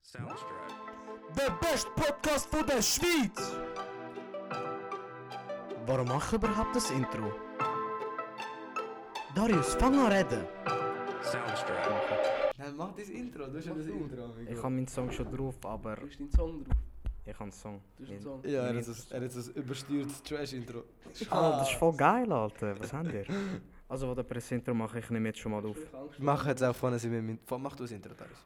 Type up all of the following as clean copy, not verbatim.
Soundstripe. Der beste Podcast von der Schweiz! Warum mache ich überhaupt das Intro? Darius, fang an reden! Soundstripe. Nein, mach das Intro, du hast ja das Intro. Amigo. Ich habe meinen Song schon drauf, aber Du hast deinen Song drauf. ich habe einen Song. Du hast einen Song. Ja, er hat das übersteuertes Trash-Intro. Ah, das ist voll geil, Alter. Was habt ihr? Also, wo der das Intro mache, ich nehme jetzt schon mal auf. Mach jetzt auch vorne, mach du das Intro, Darius.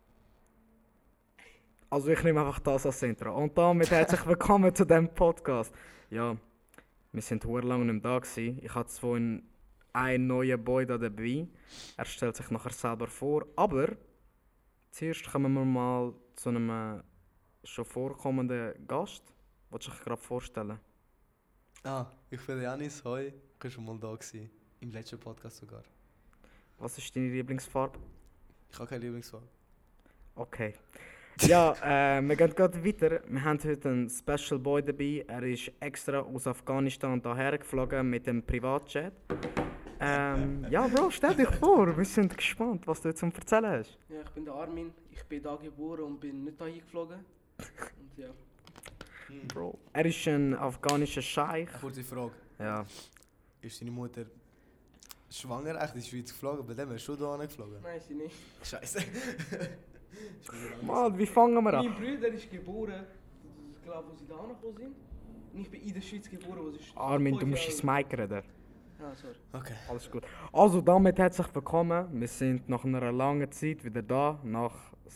Also, ich nehme einfach das als Intro. Und damit herzlich willkommen zu diesem Podcast. Ja, wir sind sehr lange nicht mehr da gewesen. Ich hatte zwar einen neuen Boy da dabei. Er stellt sich nachher selber vor. Aber zuerst kommen wir mal zu einem schon vorkommenden Gast. Willst du dich gerade vorstellen? Ah, ich bin Janis, hoi. Ich war schon mal da gewesen. Im letzten Podcast sogar. Was ist deine Lieblingsfarbe? Ich habe keine Lieblingsfarbe. Okay. Ja, wir gehen gerade weiter. Wir haben heute einen Special Boy dabei. Er ist extra aus Afghanistan hierher geflogen mit dem Privatjet. Ja, Bro, stell dich vor. Wir sind gespannt, was du zum Erzählen hast. Ja, ich bin der Armin. Ich bin da geboren und bin nicht da eingeflogen. Und ja. Bro, er ist ein afghanischer Scheich. Eine kurze Frage. Ja. Ist deine Mutter schwanger echt in die Schweiz geflogen? Bei dem ist schon da geflogen. Nein, sie nicht. Scheiße. Mann, wie fangen wir an? Mein Bruder ist geboren, ich glaube, wo sie da angekommen sind. Und ich bin in der Schweiz geboren, wo sie ist. Armin, du musst ins Mic reden. Ah, sorry. Okay. Alles gut. Also, damit herzlich willkommen. Wir sind nach einer langen Zeit wieder da. Nach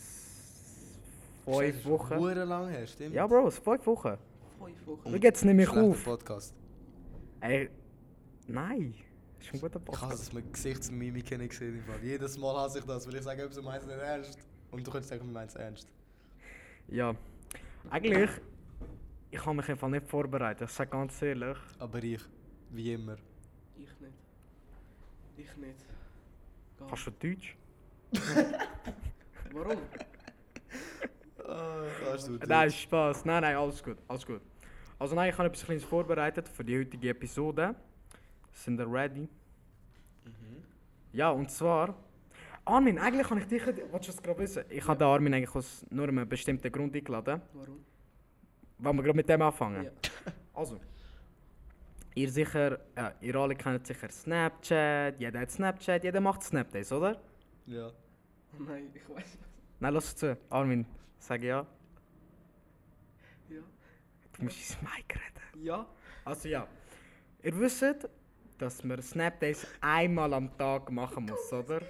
5 Wochen. Hure lang her, stimmt? Ja, Bro, es ist 5 Wochen. 5 Wochen. Wie geht's nämlich Schlechter auf? Podcast. Ey, nein. Das ist ein guter Ich hasse Podcast. es mit Gesichtsmimik nicht gesehen. Im Fall. Jedes Mal hasse ich das, weil ich sage, du meinst es nicht ernst. Und du kannst sagen, du meinst es ernst. Ja. Eigentlich, ich habe mich einfach nicht vorbereitet. Ich sage ganz ehrlich. Aber ich, wie immer. Ich nicht. Ich nicht. Gar Kannst du Deutsch? Warum? Kannst du Nein, Spaß. Nein, alles gut. Alles gut. Also nein, ich habe etwas Kleines vorbereitet für die heutige Episode. Sind ihr ready? Ja, und zwar... Armin, eigentlich kann ich dich... Willst du das gerade wissen? Ich habe den Armin eigentlich aus nur einem bestimmten Grund eingeladen. Warum? Wollen wir gerade mit dem anfangen? Ja. Also... Ihr alle kennt sicher Snapchat, jeder hat Snapchat, jeder macht Snapdays, oder? Ja. Nein, ich weiß nicht. Nein, lass zu. Armin, sag ja. Ja. Du musst ins Mic reden. Ja? Also ja, ihr wisst, dass man Snapdays einmal am Tag machen muss, oder?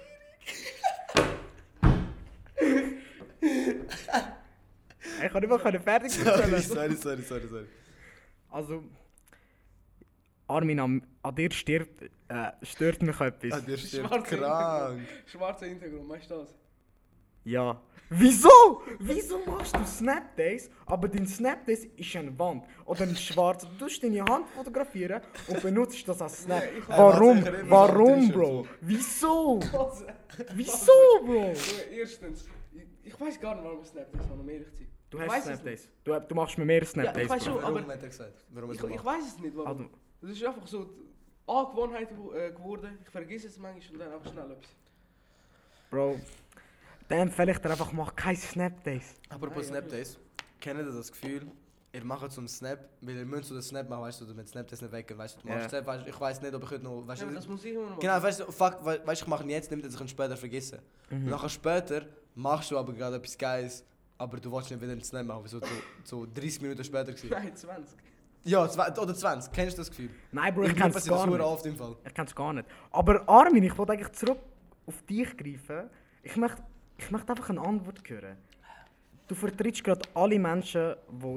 Ich kann nicht mal fertig erzählen. Sorry. Also, Armin, an dir stört mich etwas. Ah, der stirbt Schwarzer krank. Schwarzer Hintergrund, weißt du das? Ja. Wieso? Wieso machst du Snapdays, aber dein Snapdays ist eine Wand oder ein schwarz? Du tust deine Hand fotografieren und benutzt das als Snap. Warum? warte, ich rede Warum, mit dem Bro? Wieso? Was? Wieso, Bro? Erstens, ich weiß gar nicht, warum ich Snapdays habe, um ehrlich zu sein. Du Ich hast weiss es Snapdays. Du machst mir mehr Snapdays, ich weiß Bro. schon. Warum aber- hat er gesagt? Warum hat Ich, er ich gemacht? weiß es nicht, warum. Also, Das ist einfach so die Angewohnheit geworden. Ich vergesse es manchmal und dann einfach schnell etwas. Bro, dann empfehle ich dir einfach, mach keine Snapdays. Apropos Nein, Snapdays, kennt ihr das Gefühl, ihr macht so einen Snap, weil ihr müsst so den Snap machen, weißt du, wenn Snapdays nicht weg, weißt du, du machst Ja. Snap, weißt, ich weiß nicht, ob ich heute noch, weißt Ja, du, aber das muss ich immer noch machen. genau, weißt du, fuck, weißt du, ich mache ihn jetzt, damit ich ihn später vergessen. Und nachher später machst du aber gerade etwas Geiles, aber du willst nicht wieder einen Snap machen, so 30 Minuten später gewesen. Nein, 20. Ja, oder 20, kennst du das Gefühl? Nein, Bro, ich Mir kenn's passiert das gar nur nicht. oft im Fall. Ich kenn's gar nicht. Aber Armin, ich wollte eigentlich zurück auf dich greifen. Ich möchte einfach eine Antwort hören. Du vertrittst gerade alle Menschen, die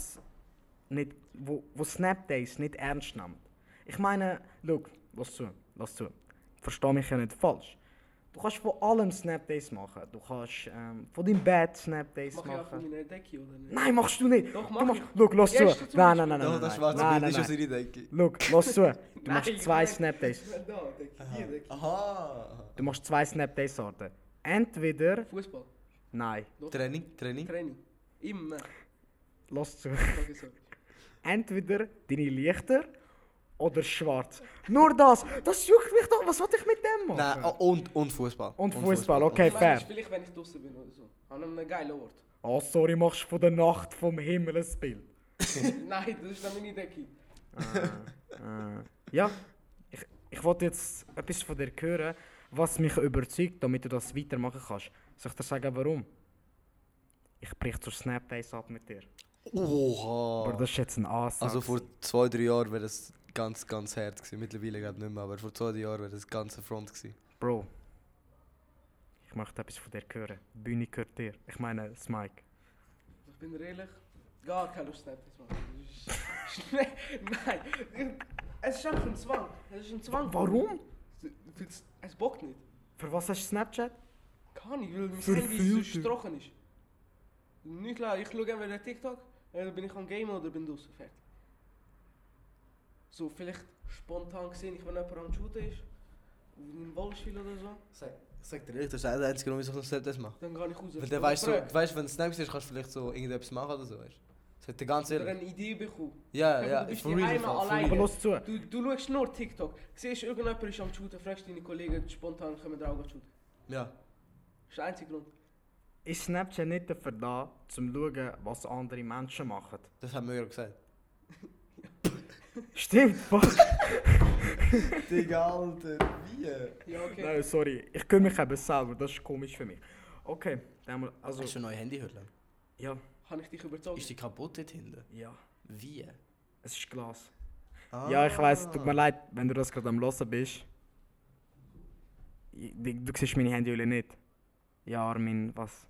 Snapdays nicht ernst nehmen. Ich meine, schau, lass zu. Versteh mich ja nicht falsch. Du kannst von allem Snapdays machen. Du kannst von deinem Bett Snapdays Mach ich auch von machen. meiner Decke oder nicht? Nein, machst du nicht. Doch, du mach machst, ich. schau, lass zu. Erste zum Nein, Beispiel. nein, nein, Ja, nein. das nein, schwarze nein, Bild nein, ist aus nein. ihrer Decke. Schau, lass zu. Du Nein, machst ich zwei meine- Snapdays. Da, Decke. Hier, Decke. Aha. Du machst zwei Snapdays-Sorten. Entweder... Fußball. Nein, Training. Training. Immer. lass zu. Okay, sorry. Entweder deine Lichter oder schwarz. Nur das juckt mich doch. Was soll ich mit dem machen? Nein, und Fußball. Und Fußball, okay, Ich meine, fair. vielleicht, wenn ich draußen bin oder so. An einem geilen Ort. Oh, sorry, machst du von der Nacht vom Himmel ein Bild. Nein, das ist nicht meine Decke. Ja, ich wollte jetzt etwas von dir hören, was mich überzeugt, damit du das weitermachen kannst. Soll ich dir sagen, warum? Ich brich zur Snapdays ab mit dir. Aber Oha. das ist jetzt ein Ansatz. Also vor 2-3 Jahren wäre das ganz, ganz hart gewesen. Mittlerweile gerade nicht mehr, aber vor 2-3 Jahren wäre das ganze Front gewesen. Bro, ich möchte etwas von dir hören. Die Bühne gehört dir. Ich meine, das Mike. Ich bin ehrlich, gar keine Lust Snapdates machen. Nein, es ist einfach ein Zwang. Es ist ein Zwang. Warum? Es bockt nicht. Für was hast du Snapchat? Kann ich, weil mein Für Handy so Filter. trocken ist. Nicht klar, ich schaue entweder TikTok, oder bin ich am Gamen oder bin draußen. Fertig. So, vielleicht spontan gesehen, ich wenn jemand am Shooten ist, in einem Ballspiel oder so, Sag dir ehrlich, das ist auch der einzige Grund, wieso ich das mache. dann gehe ich raus. Weil dann weißt du, wenn du Snaps ist, kannst du vielleicht so irgendetwas machen oder so, weißt du? Sag dir ganz Oder ehrlich. eine Idee bekommen. Ja, Ja, ja, aber du bist for die real, einmal for alleine. real. Aber los zu. Du schaust nur TikTok, siehst irgendjemand ist am Shooten, fragst deine Kollegen spontan, können wir auch shooten. Ja. Das ist der einzige Grund. Ist Snapchat nicht dafür da, um zu schauen, was andere Menschen machen? Das haben wir ja gesagt. Stimmt, was? Digga, Alter, wie? Ja, okay. Nein, sorry. Ich kümmere mich eben selber, das ist komisch für mich. Okay, dann haben wir, also... Hast du ein neues Handyhülle? Ja, Habe ich dich überzeugt? Ist die kaputt dort hinten? ja, Wie? es ist Glas. Ah. Ja, ich weiss, tut mir leid, wenn du das gerade am Hören bist. Du siehst meine Handyhülle nicht. Ja, Armin, was?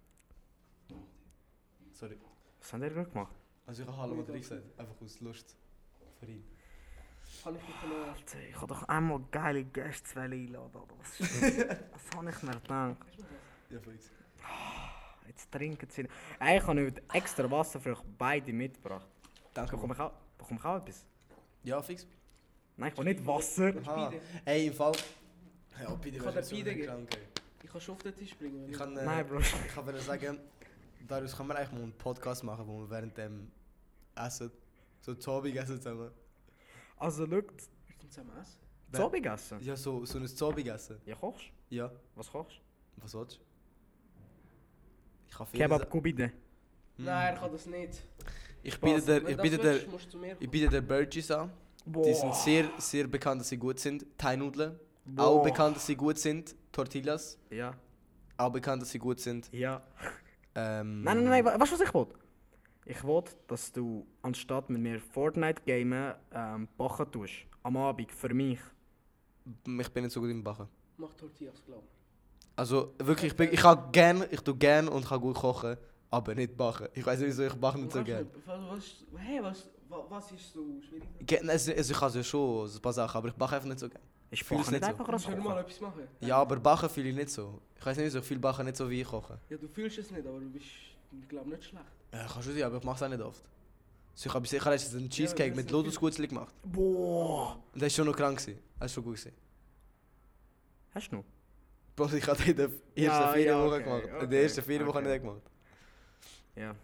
Sorry. Was haben die gerade gemacht? Also ich habe Hallo Madrid gesagt, einfach aus Lust. Für ihn. Habe ich dich verloren? Alter, ich kann doch einmal geile Gäste einladen, oder was? Was habe ich mir gedacht? Ja, fix. Jetzt trinken sie. Ey, ich habe heute extra Wasser für euch beide mitgebracht. Danke. Bekomme ich auch etwas? Ja, fix. Nein, ich will nicht Wasser. Aha. Bitte. Ey, im Fall... Ja, bitte, Ich kann wärst dir du Bitte so krank, ey. Ich kann schon auf den Tisch bringen. wenn Ich du- kann, Nein, Bro. Ich kann sagen, daraus kann man eigentlich mal einen Podcast machen, wo wir während dem essen. So Zobig essen zusammen. Also, schau, Wir sind zusammen essen. zu Abend essen? Ja, so ein Zobig essen. Ja, kochst Ja. Was kochst Was willst du? Ich kann du? viel Kebab Kubide. Nein, er kann das nicht. Ich Was? biete Wenn der, das willst, musst du zu mir ich kommen. biete der Burgers an. Die sind sehr, sehr bekannt, dass sie gut sind. Thai-Nudeln. Auch bekannt, dass sie gut sind. Tortillas. Ja, Auch bekannt, dass sie gut sind. ja. Ähm, Nein, weißt du, was ich will? Ich will, dass du anstatt mit mir Fortnite gamen, backen tust. Am Abend, für mich. Ich bin nicht so gut im Backen. Mach Tortillas, glaub ich. Also wirklich, ich tue gern und kann gut kochen, aber nicht backen. Ich weiß nicht, wieso ich backe nicht so gern. Was ist so schwierig? Also ich kann es ja schon, also ein paar Sachen, aber ich backe einfach nicht so gern. Ich fühl's backe nicht nicht so. einfach als Kannst du mal Kochen. etwas machen? Ja, aber backen fühle ich nicht so. Ich weiß nicht wieso, ich fühle backen nicht so wie ich koche. Ja, du fühlst es nicht, aber du bist, ich glaube, nicht schlecht. Ja, kann schon sein, aber ich mache es auch nicht oft. Also ich habe sicher letztens einen Cheesecake das mit ist Lotusgutzli gemacht. Boah! Und das war schon noch krank. Das war schon gut. Hast du noch? Bro, ich habe das in der ersten Ja, 4 ja, Wochen okay, gemacht. In okay, der ersten 4 Wochen okay. habe ich das gemacht. Ja.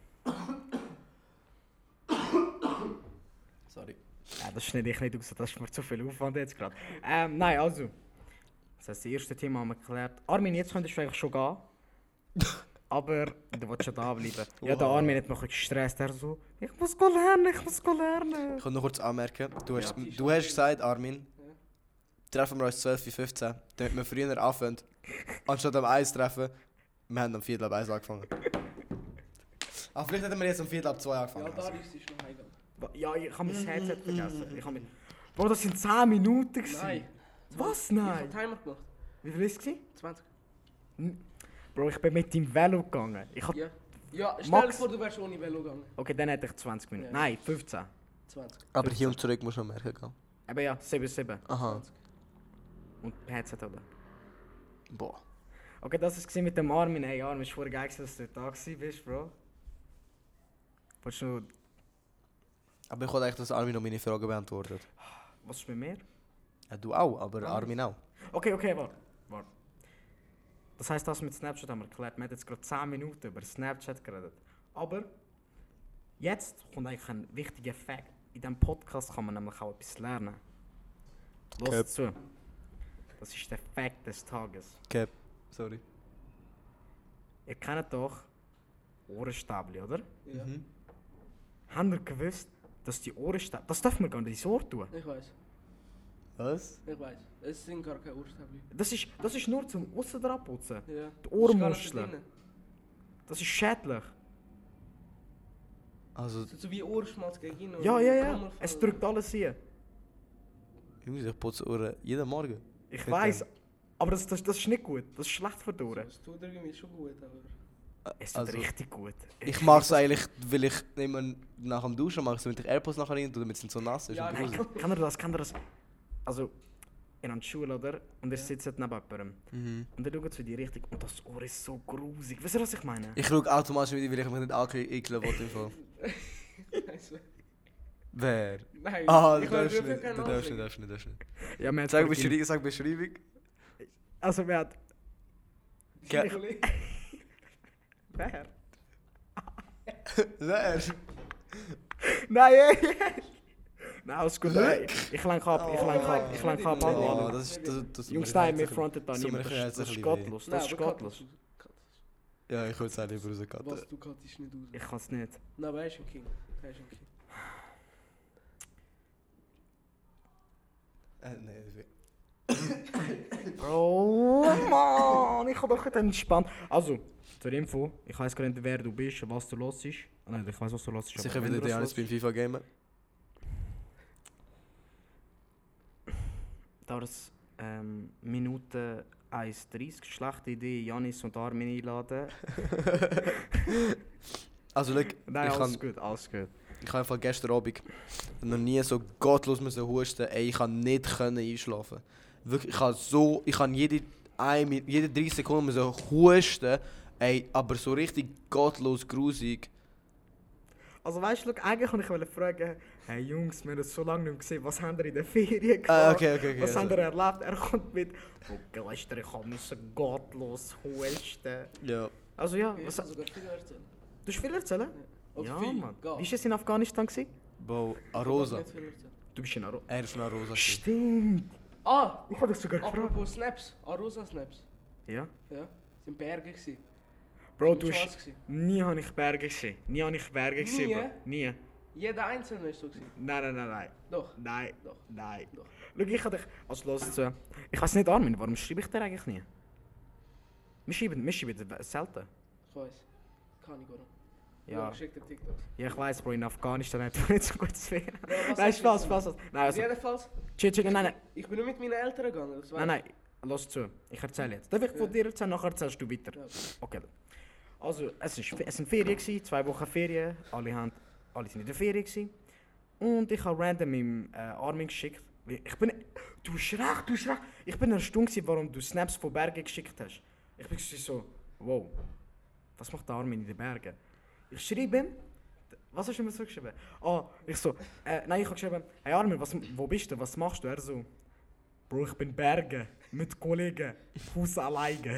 Sorry. Ja, das schneide ich nicht aus, das ist mir zu viel Aufwand jetzt gerade. Nein, also. Das heißt, das erste Thema haben wir geklärt. Armin, jetzt könntest du eigentlich schon gehen. Aber du willst schon da bleiben. Ja, der Wow. Armin hat mich gestresst. Er so, ich muss lernen. Ich kann noch kurz anmerken, du hast, Ja. du hast gesagt, Armin, Ja. treffen wir uns 12:15 Uhr, damit wir früher anfangen. Anstatt am 1 treffen, wir haben am 1:45 angefangen. Ah, vielleicht hätten wir jetzt um 1:45 Ja, angefangen. da ist es noch heimgegangen. Ja, ich habe mein Headset vergessen. Ich hab mit... Bro, das sind 10 Minuten gewesen. Nein. Was? Ich habe Nein? Timer gemacht. Wie viel ist es? 20. Bro, ich bin mit dem Velo gegangen. Ja. Ja, stell dir Max- vor, du wärst ohne Velo gegangen. Okay, dann hätte ich 20 Minuten. Ja. Nein, 15. 20. Aber hier und zurück musst du noch merken. Gell? Aber ja, 7-7. Aha. Und Headset oder? Boah. Okay, das war mit dem Armin. Hey Armin, es war voll geil, dass du da bist, Bro. Willst du... Aber ich wollte eigentlich, dass Armin noch meine Fragen beantwortet. Was ist mit mir? Ja, du auch, aber Armin auch. Okay, warte. Das heisst, das mit Snapchat haben wir geklärt. Wir haben jetzt gerade 10 Minuten über Snapchat geredet. Aber jetzt kommt eigentlich ein wichtiger Fact. in diesem Podcast kann man nämlich auch etwas lernen. Cap. Los zu. Das ist der Fact des Tages. Cap. Sorry. Ihr kennt doch Ohrenstäbli, oder? Ja. Mhm. Habt ihr gewusst, dass die Ohrenstäbli... Das darf man gar nicht ins Ohr tun. Ich weiß. Was? Ich weiß. Es sind gar keine Ohrstäbchen. Das ist nur zum Aussen dran putzen. Ja. Die Ohrmuscheln. Das ist schädlich. Also, So wie Ohrenschmalz gegen ihn. Ja. Es drückt alles hier. Jungs, ich putze Ohren jeden Morgen. Ich Mit weiß, aber das ist nicht gut. Das ist schlecht für die Ohren. Das tut irgendwie schon gut, aber... Es tut Also, richtig gut. ich mache es eigentlich, weil ich immer nach dem Duschen mache, so mit den AirPods nachher rein, damit es nicht so nass ist. Ja, und nein. gruselig. Kann er das? Also, in einer Schule, oder? Und er sitzt neben jemandem. Mhm. Und er schaut zu die Richtung und das Ohr ist so grusig. Wisst ihr, was ich meine? Ich schaue automatisch wieder, weil ich mich nicht anekeln wollte. im Fall. Wer? Nein, Ah, du ich will darfst dafür nicht. keinen Du darfst Namen nicht. Ja, wir Sag Beschreibung. Also, wer hat... Ge- sagen. Wer? Wer? Nein, Nein, alles gut. Ich lenke ab. Oh, Hallo. das Jungs, nein, wir fronten da das tut mir niemand. jetzt Das ein ist bisschen gottlos. Nein, Das ist aber gottlos. Ja, ich würde es auch lieber rauscutten. Was, du kattest nicht raus. Ich kann es nicht. Nein, aber er ist ein King. Er ist ein King. Nein, Oh Mann, ich habe doch nicht entspannt. Also, zur Info, ich weiß gar nicht, wer du bist, was du los ist. Nein, ich weiß, was du los ist. sicher wieder der Janis beim FIFA-Gamer. Dauert es Minute 1,30. Schlechte Idee, Janis und Armin einladen. Also, look, Nein, ich alles kann gut, alles gut. Ich habe einfach gestern Abend noch nie so gottlos müssen husten. Ey, ich kann nicht einschlafen. Wirklich, ich kann jede 30 Sekunden müssen husten. Ey, aber so richtig gottlos grusig. Also weißt du, eigentlich wollte ich fragen, hey Jungs, wir haben es so lange nicht mehr gesehen, was haben wir in der Ferien gemacht? Okay. Was haben also, wir erlebt? Er kommt mit, oh gestern, ich musste gottlos husten. ja. Also ja, Ich was, kann sogar viel erzählen. du hast viel erzählen? Oder Ja, viel. Mann. Gar. Wie war es in Afghanistan? Gewesen? Bro, Ich kann Arosa. nicht viel erzählen. Du bist in Aro. Er ist von Arosa. Stimmt! Ah! Ich habe dich sogar gefragt. Apropos Snaps. Arosa Snaps. Ja? Ja. Es sind Berge gewesen. Bro, Sind du schwarz hast... gewesen. Nie habe ich Berge gesehen. Nie habe ich Berge gesehen, Nie? Bro. Nie. Jeder einzelne ist so gewesen. Nein. Doch. Nein. Doch. Nein. Doch. Schau, ich habe dich... Also los zu... Ich weiß nicht, Armin, warum schreibe ich dir eigentlich nie? Wir schreiben selten. Ich weiß. Kann ich warum. Ja. Ich schick dir TikToks. Ja, ich weiß, Bro, in Afghanistan hat man nicht so gut zu werden. Ja, was Nein, hast du Spaß. jetzt Nein, also... Jedenfalls, Nein. ich bin nur mit meinen Eltern gegangen. Das Nein, los zu. Ich erzähle jetzt. Darf ich von dir erzählen, nachher erzählst du weiter? Ja. Okay. Also, es sind Ferien gewesen, 2 Wochen Ferien. Alle sind in der Ferien gewesen. Und ich habe random im Armin geschickt. Ich bin... Du hast recht. Ich bin erstaunt gewesen, warum du Snaps von Bergen geschickt hast. Ich bin so, wow. Was macht der Armin in den Bergen? Ich schreibe ihm... Was hast du mir so geschrieben? Ich so... Nein, ich habe geschrieben... Hey Armin, wo bist du? Was machst du? Er so... Bro, ich bin Bergen. Mit Kollegen. Haus alleine.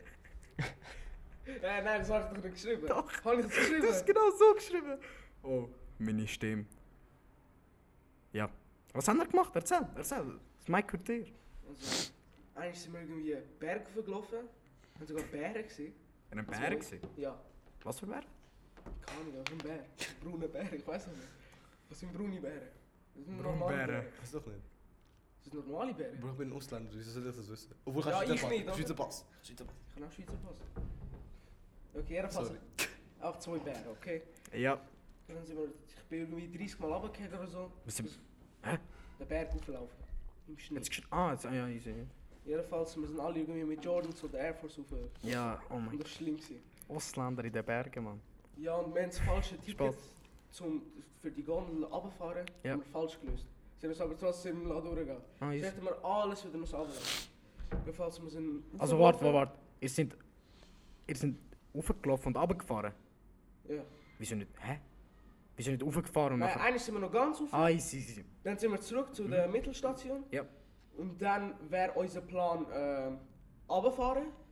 Nein, das habe ich doch nicht geschrieben. Doch. Habe ich das geschrieben? Du hast genau so geschrieben. Oh, meine Stimme. Ja. Was haben wir gemacht? Erzähl. Das ist mein Quartier. Also, eigentlich sind wir irgendwie Berg gelaufen. Und sogar Bären gesehen. In einem Also, Bär gewesen? Ja. Was für Bär? Keine Ahnung, was ein Bär. Braune Bären, ich weiß nicht. Was sind braune Bären? Das sind Braune normale Bären. Weiß doch nicht. Das sind normale Bären. Bro, ich bin ein Ausländer, wieso soll ich das wissen? Obwohl, Ja, kannst du ich nicht, oder? Schweizer Pass. Schweizer Pass. Ich kann auch Schweizer Pass. Okay, jedenfalls Sorry. auch 2 Bären, okay? Ja. Dann sind wir, ich bin irgendwie 30 Mal runtergegangen oder so. Wir sind... Hä? Den Berg auflaufen. Im Schnee. Ja, easy. Jedenfalls, wir sind alle irgendwie mit Jordans oder Air Force rauf. Ja, oh Und mein das Gott. war schlimm. Gewesen. Ausländer in den Bergen, Mann. Ja, und wir haben das falsche Ticket Spaß. für die Gondel runterfahren. Ja. Haben wir falsch gelöst. Sie haben uns aber trotzdem durchgehen. Ah, Jetzt easy. hätten wir alles wieder runterlassen. Jedenfalls, wir sind Also raufgelaufen. warte. Ihr sind hochgelaufen und runtergefahren? Ja. Wieso nicht? Hä? Wieso nicht hochgefahren und Nein, nachher... eigentlich sind wir noch ganz rauf. Easy. Dann sind wir zurück zu der Mittelstation. Ja. Und dann wäre unser Plan runterfahren.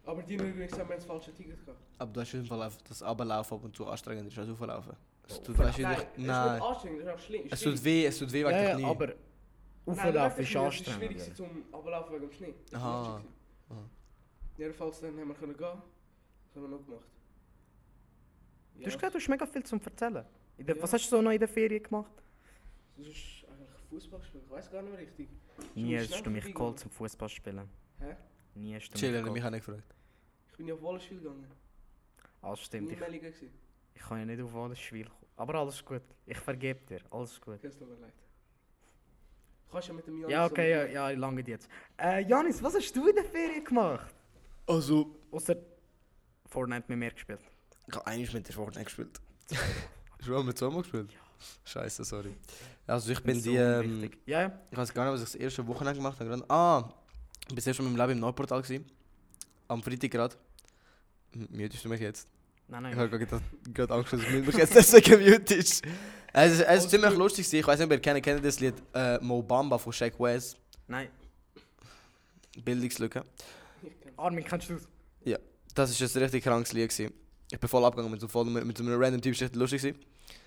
Aber die haben übrigens haben wir das falsche Ticket gehabt. Aber du hast auf jeden Fall einfach das Runterlaufen ab und zu anstrengender ist als Auflaufen. Es tut, Nein, weißt du, Nein, es ist Nein. nicht anstrengend, es ist auch schlimm. Es tut weh wegen Ja, der ja, Knie. aber Auflaufen ist Es anstrengend. war schwierig zum Ablaufen wegen dem Schnee. Das war Aha. lustig gewesen. Jedenfalls dann haben wir können gehen. Das haben wir noch gemacht. Du hast gesagt, du hast mega viel zum Erzählen. Ja. Was hast du so noch in der Ferien gemacht? Das ist eigentlich Fußball gespielt. Ich weiß gar nicht mehr richtig. Nie Ist hast du mich schnell geholt zum Fußball spielen. Hä? Nie hast du Chillen, mich mich geholt. auch nicht gefragt. Ich bin ja auf Wallenspiel gegangen. Alles stimmt, Nie Melligen gewesen. ich kann ja nicht auf alles Spiel kommen. Aber alles gut. Ich vergebe dir, alles gut. Okay, es tut mir leid. Du kannst ja mit dem Janis Ja, okay, so- ja, ich lange jetzt. Janis, was hast du in der Ferien gemacht? Also, Außer Fortnite mit mir gespielt. ich habe eigentlich mit der Fortnite gespielt. Schon mit zweimal gespielt? Scheiße, sorry. Also ich bin Nicht so die... wichtig. Ja, ja. Ich weiß gar nicht, was ich das erste Wochenende gemacht habe. Ich bin erst in meinem Leben im Nordportal gewesen. Am Freitag gerade. Mutest du mich jetzt? Nein, Ich nein. habe gerade Angst, dass mich jetzt deswegen mutest. Es ist ziemlich lustig gewesen. Ich weiß nicht, ob ihr kennt das Lied Mo Bamba von Shaq West. Nein. Bildungslücke. Ich kenn's. Armin, kennst du das? Das war ein richtig krankes Lied gewesen. Ich bin voll abgegangen mit so einem random Typ, das war echt lustig gewesen.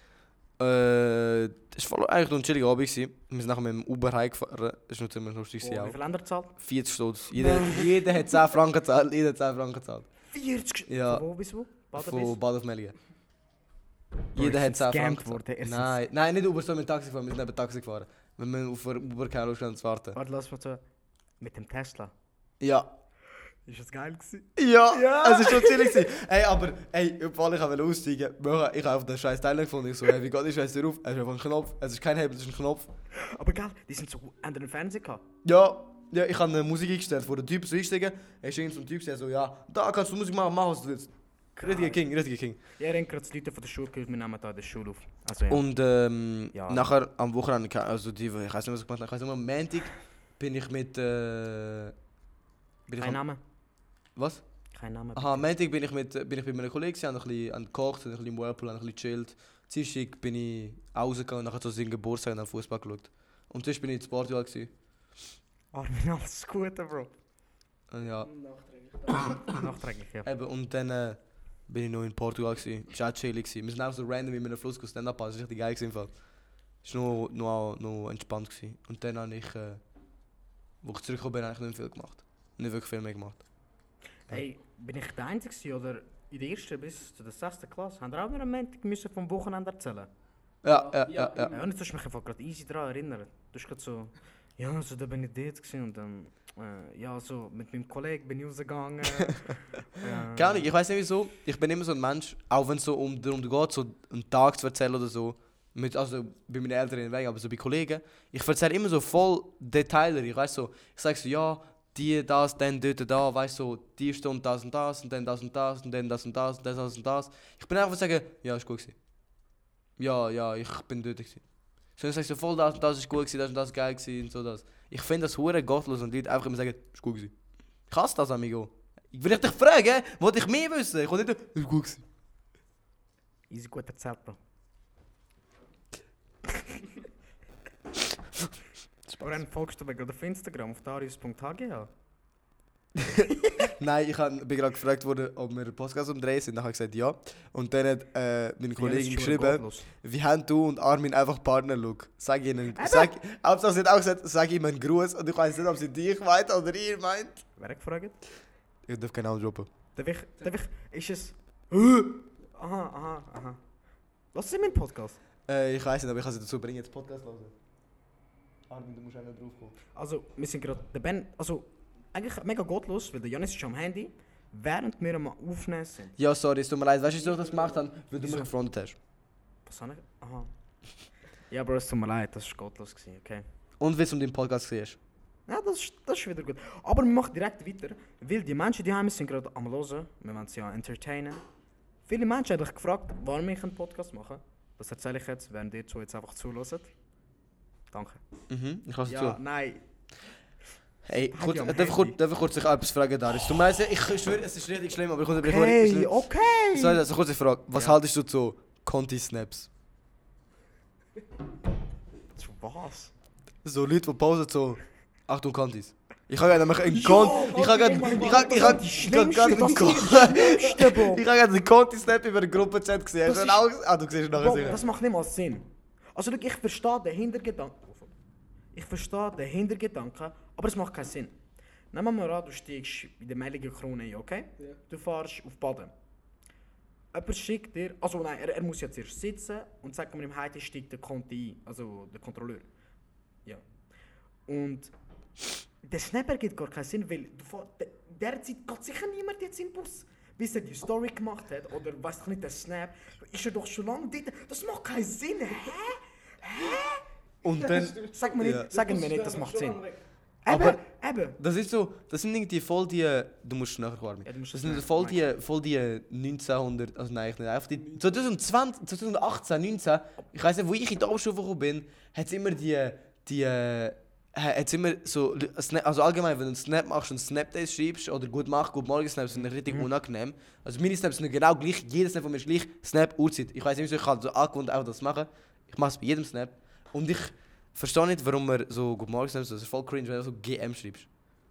Es war eigentlich nur ein chilliger Abend gewesen. Wir sind nachher mit dem Uber heimgefahren. Das war noch ziemlich lustig gewesen Oh, wie auch. viel Länder zahlt? 40 Stutz. Jeder hat 10 Franken gezahlt. Jeder hat 10 Franken gezahlt. 40? Ja. Von wo bis wo? Baden Von bis? Bad auf Melligen. Bro, Jeder ich hat 10 bin Franken gescammt gezahlt. worden, erstens. Nein, nicht Uber, so mit dem Taxi gefahren. Wir sind eben Taxi gefahren. Wenn wir auf der Uber keine Lust haben zu warten. Warte, lass mal so. Mit dem Tesla. Ja. Ist das geil gewesen? Ja, Ja. es war schon chillig gewesen. Ey, aber, obwohl ich wollte aussteigen, ich habe auf den scheiß Teil gefunden. Ich so, hey, wie geht die Scheiße drauf? Es ist einfach ein Knopf. Es ist kein Hebel, es ist ein Knopf. Aber geil, die sind so an den Fernseher gehabt. Ja, ich habe eine Musik eingestellt, wo der Typ so einsteigen. Er ist irgend so ein Typ, der so, ja, da kannst du Musik machen, mach was du willst. Richtiger King. Ich erinnere gerade die Leute von der Schule gehört, wir nehmen da in der Schule auf. Also ja. Und Ja. nachher am Wochenende, also ich weiß nicht, was ich gemacht habe, ich weiß nicht, am Montag bin ich mit... bin ich Kein am- Name? Was? Kein Name. Aha, am Montag bin ich bei meinen Kollegen, haben ein bisschen gekocht, ein bisschen im Whirlpool, ein bisschen chillt. Dienstag bin ich rausgegangen, nachher zu seinem Geburtstag und habe Fußball geschaut. Und sonst bin ich in Portugal gewesen. Armin, alles Gute, Bro. Und ja, Nachträglich. Nachträglich, ja. eben, und dann bin ich noch in Portugal gewesen. Es war auch chillig gewesen. Wir sind auch so random in einem Fluss stand-up, das war richtig geil gewesen im Fall. Es war noch entspannt gewesen. Und dann habe ich, wo ich zurückgekommen bin, eigentlich nicht mehr viel gemacht. Nicht wirklich viel mehr gemacht. Hey, bin ich der Einzige gewesen, oder in der ersten bis zur 6. Klasse? Haben wir auch noch am Montag müssen vom Wochenende erzählen? Ja. Ja, und jetzt hast du mich einfach gerade easy daran erinnern. Du hast gerade so, ja, so da bin ich dort gewesen und dann, ja, so mit meinem Kollegen bin ich rausgegangen. Gar nicht, ich weiß nicht wieso. Ich bin immer so ein Mensch, auch wenn es so darum geht, so einen Tag zu erzählen oder so. Also bei meinen Eltern in Wegen, aber so bei Kollegen. Ich erzähle immer so voll Detailer. Ich weiß so, ich sage so, ja, die, das, dann, dort, da, weißt so, die Stunde das und das und dann das und das und dann das und das und dann das und das. Ich bin einfach sagen, ja, ist gut gewesen. Ja, ich bin dort gewesen. So sage ich so voll das und das ist gut gewesen, das und das geil gewesen und so das. Ich finde das hure gottlos und die Leute einfach immer sagen, ist gut gewesen. Ich hasse das, amigo. Ich will dich fragen, wollte ich mehr wissen? Ich will nicht, ist gut gewesen. Easy gut erzählt, Bro. Aber dann folgst du mir gerade auf Instagram auf darius.hgh. Nein, bin gerade gefragt worden, ob wir einen Podcast umdrehen sind. Dann habe ich gesagt, ja. Und dann hat meine Kollegin geschrieben, wie haben du und Armin einfach Partner-Look? Sag ihnen, Hauptsache sie hat auch gesagt, sag ihm einen Gruß. Und ich weiß nicht, ob sie dich meint oder ihr meint. Wer hat gefragt? Ich darf keinen Namen droppen. Darf ich, ist es... Aha. Was ist in meinem Podcast? Ich weiß nicht, aber ich kann sie dazu bringen, jetzt Podcast hören. Armin, du musst auch nicht drauf kommen. Also, wir sind gerade... Der Ben... Also, eigentlich mega gottlos, weil der Janis ist am Handy, während wir am Aufnehmen sind. Ja, sorry, es tut mir leid. Weißt du, wieso ich das gemacht habe? Weil du Wieso? mich gefrontet hast. Was habe ich... Aha. Ja, Bro, es tut mir leid, das war gottlos gewesen, okay? Und wie es um deinen Podcast war. Ja, das ist wieder gut. Aber wir machen direkt weiter, weil die Menschen, die haben sind gerade am Hören. Wir wollen sie ja entertainen. Viele Menschen haben dich gefragt, warum ich einen Podcast mache. Das erzähle ich jetzt, während ihr jetzt einfach zuhört. Danke. Ich lasse Ja, zu. nein. Hey, Handy am darf ich kurz dich etwas fragen, Darius? Du meinst, ich schwöre, es ist richtig schlimm, aber ich muss Okay. Sorry, also kurze Frage. Was Ja. haltest du zu Conti-Snaps? Zu was? So Leute, die pausen so, Achtung Contis. Ich habe nämlich einen Conti... Ich habe gerade einen Conti-Snap über den Gruppenchat gesehen. Das Hast du ist- auch... Ah, du siehst nachher Bro, sicher. das macht nicht mal Sinn. Also schau, ich verstehe den Hintergedanken. Aber es macht keinen Sinn. Nehmen wir mal an, du steigst in der Meiligen Krone ein, okay? Ja. Du fährst auf Baden. Jemand schickt dir, also nein, er muss ja zuerst sitzen und sagt mir im Heidi steigt der Conti ein, also der Kontrolleur. Ja. Und der Snapper gibt gar keinen Sinn, weil derzeit geht sicher niemand jetzt im Bus, bis er die Story gemacht hat oder weiß doch nicht, der Snap, ist er doch schon lange dort. Das macht keinen Sinn, hä? Und dann... Sag mir nicht, Ja. sagen wir nicht, das macht Sinn. Aber- Eben. Das ist so... Das sind irgendwie voll die... Du musst nachher kommen. Ja, du musst Das das sind nachher voll die 1900... Also nein, nicht einfach die... 2020, 2018, 19... Ich weiss nicht, wo ich in die Oberstufe gekommen bin, hat es immer hat's immer so... Also allgemein, wenn du einen Snap machst und Snapdays schreibst oder gut mach, gut morgen Snaps sind richtig unangenehm. Also meine Snaps sind genau gleich, jeder Snap von mir ist gleich, Snap, Uhrzeit. Ich weiss nicht, ich habe so angewohnt, einfach das zu machen. Ich mache es bei jedem Snap. Und ich verstehe nicht, warum man so gut morgen Snaps, das ist voll cringe, wenn du so GM schreibst.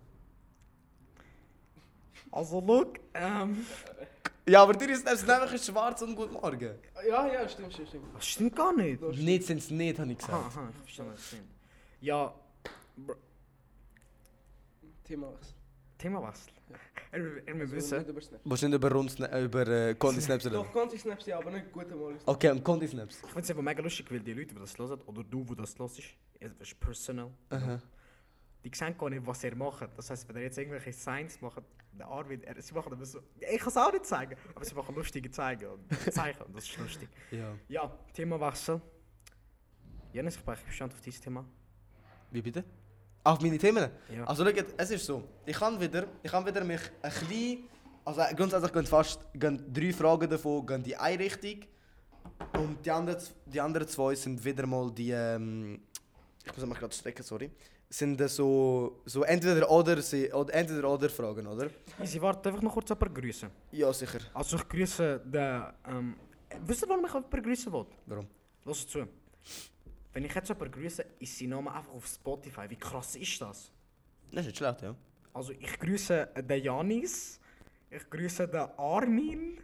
Also look, Ja, aber dir ist Snaps einfach schwarz und gut morgen. Ja, stimmt. das stimmt gar nicht. Nicht sind es nicht, habe ich gesagt. Aha, ich verstehe das Sinn. Ja, Thema was? Thema Wechsel. Er will wissen. Nicht über Snap. Was nicht über Conti-Snaps reden? Doch, Conti-Snaps ja, aber nicht gute Morgen. Okay, und Conti-Snaps. Ich finde es einfach mega lustig, weil die Leute, die das hören, oder du, die das hörst, es ist personal. Aha. Die sehen gar nicht, was er macht. Das heisst, wenn er jetzt irgendwelche Signs macht, der Arvid, sie machen aber so. Ich kann es auch nicht zeigen, aber sie machen lustige Zeichen und Zeichen und das ist lustig. Ja. Ja, Themawechsel. Janis, ich bin eigentlich gespannt auf dieses Thema. Wie bitte? Auf meine Themen? Ja. Also schau, es ist so. Ich kann wieder mich ein bisschen... Also grundsätzlich gehen 3 Fragen davon gehen die eine Richtung. Und die anderen 2 sind wieder mal die... ich muss mich gerade strecken, sorry. Sind so entweder oder Fragen, oder? Easy, warte, einfach noch kurz jemanden grüßen. Ja, sicher. Also ich grüße den... wisst ihr, warum ich jemanden grüßen will? Warum? Lass zu. Wenn ich jetzt jemanden grüße, ist sein Name einfach auf Spotify. Wie krass ist das? Das ist nicht schlecht, ja. Also ich grüße den Janis, ich grüße den Armin.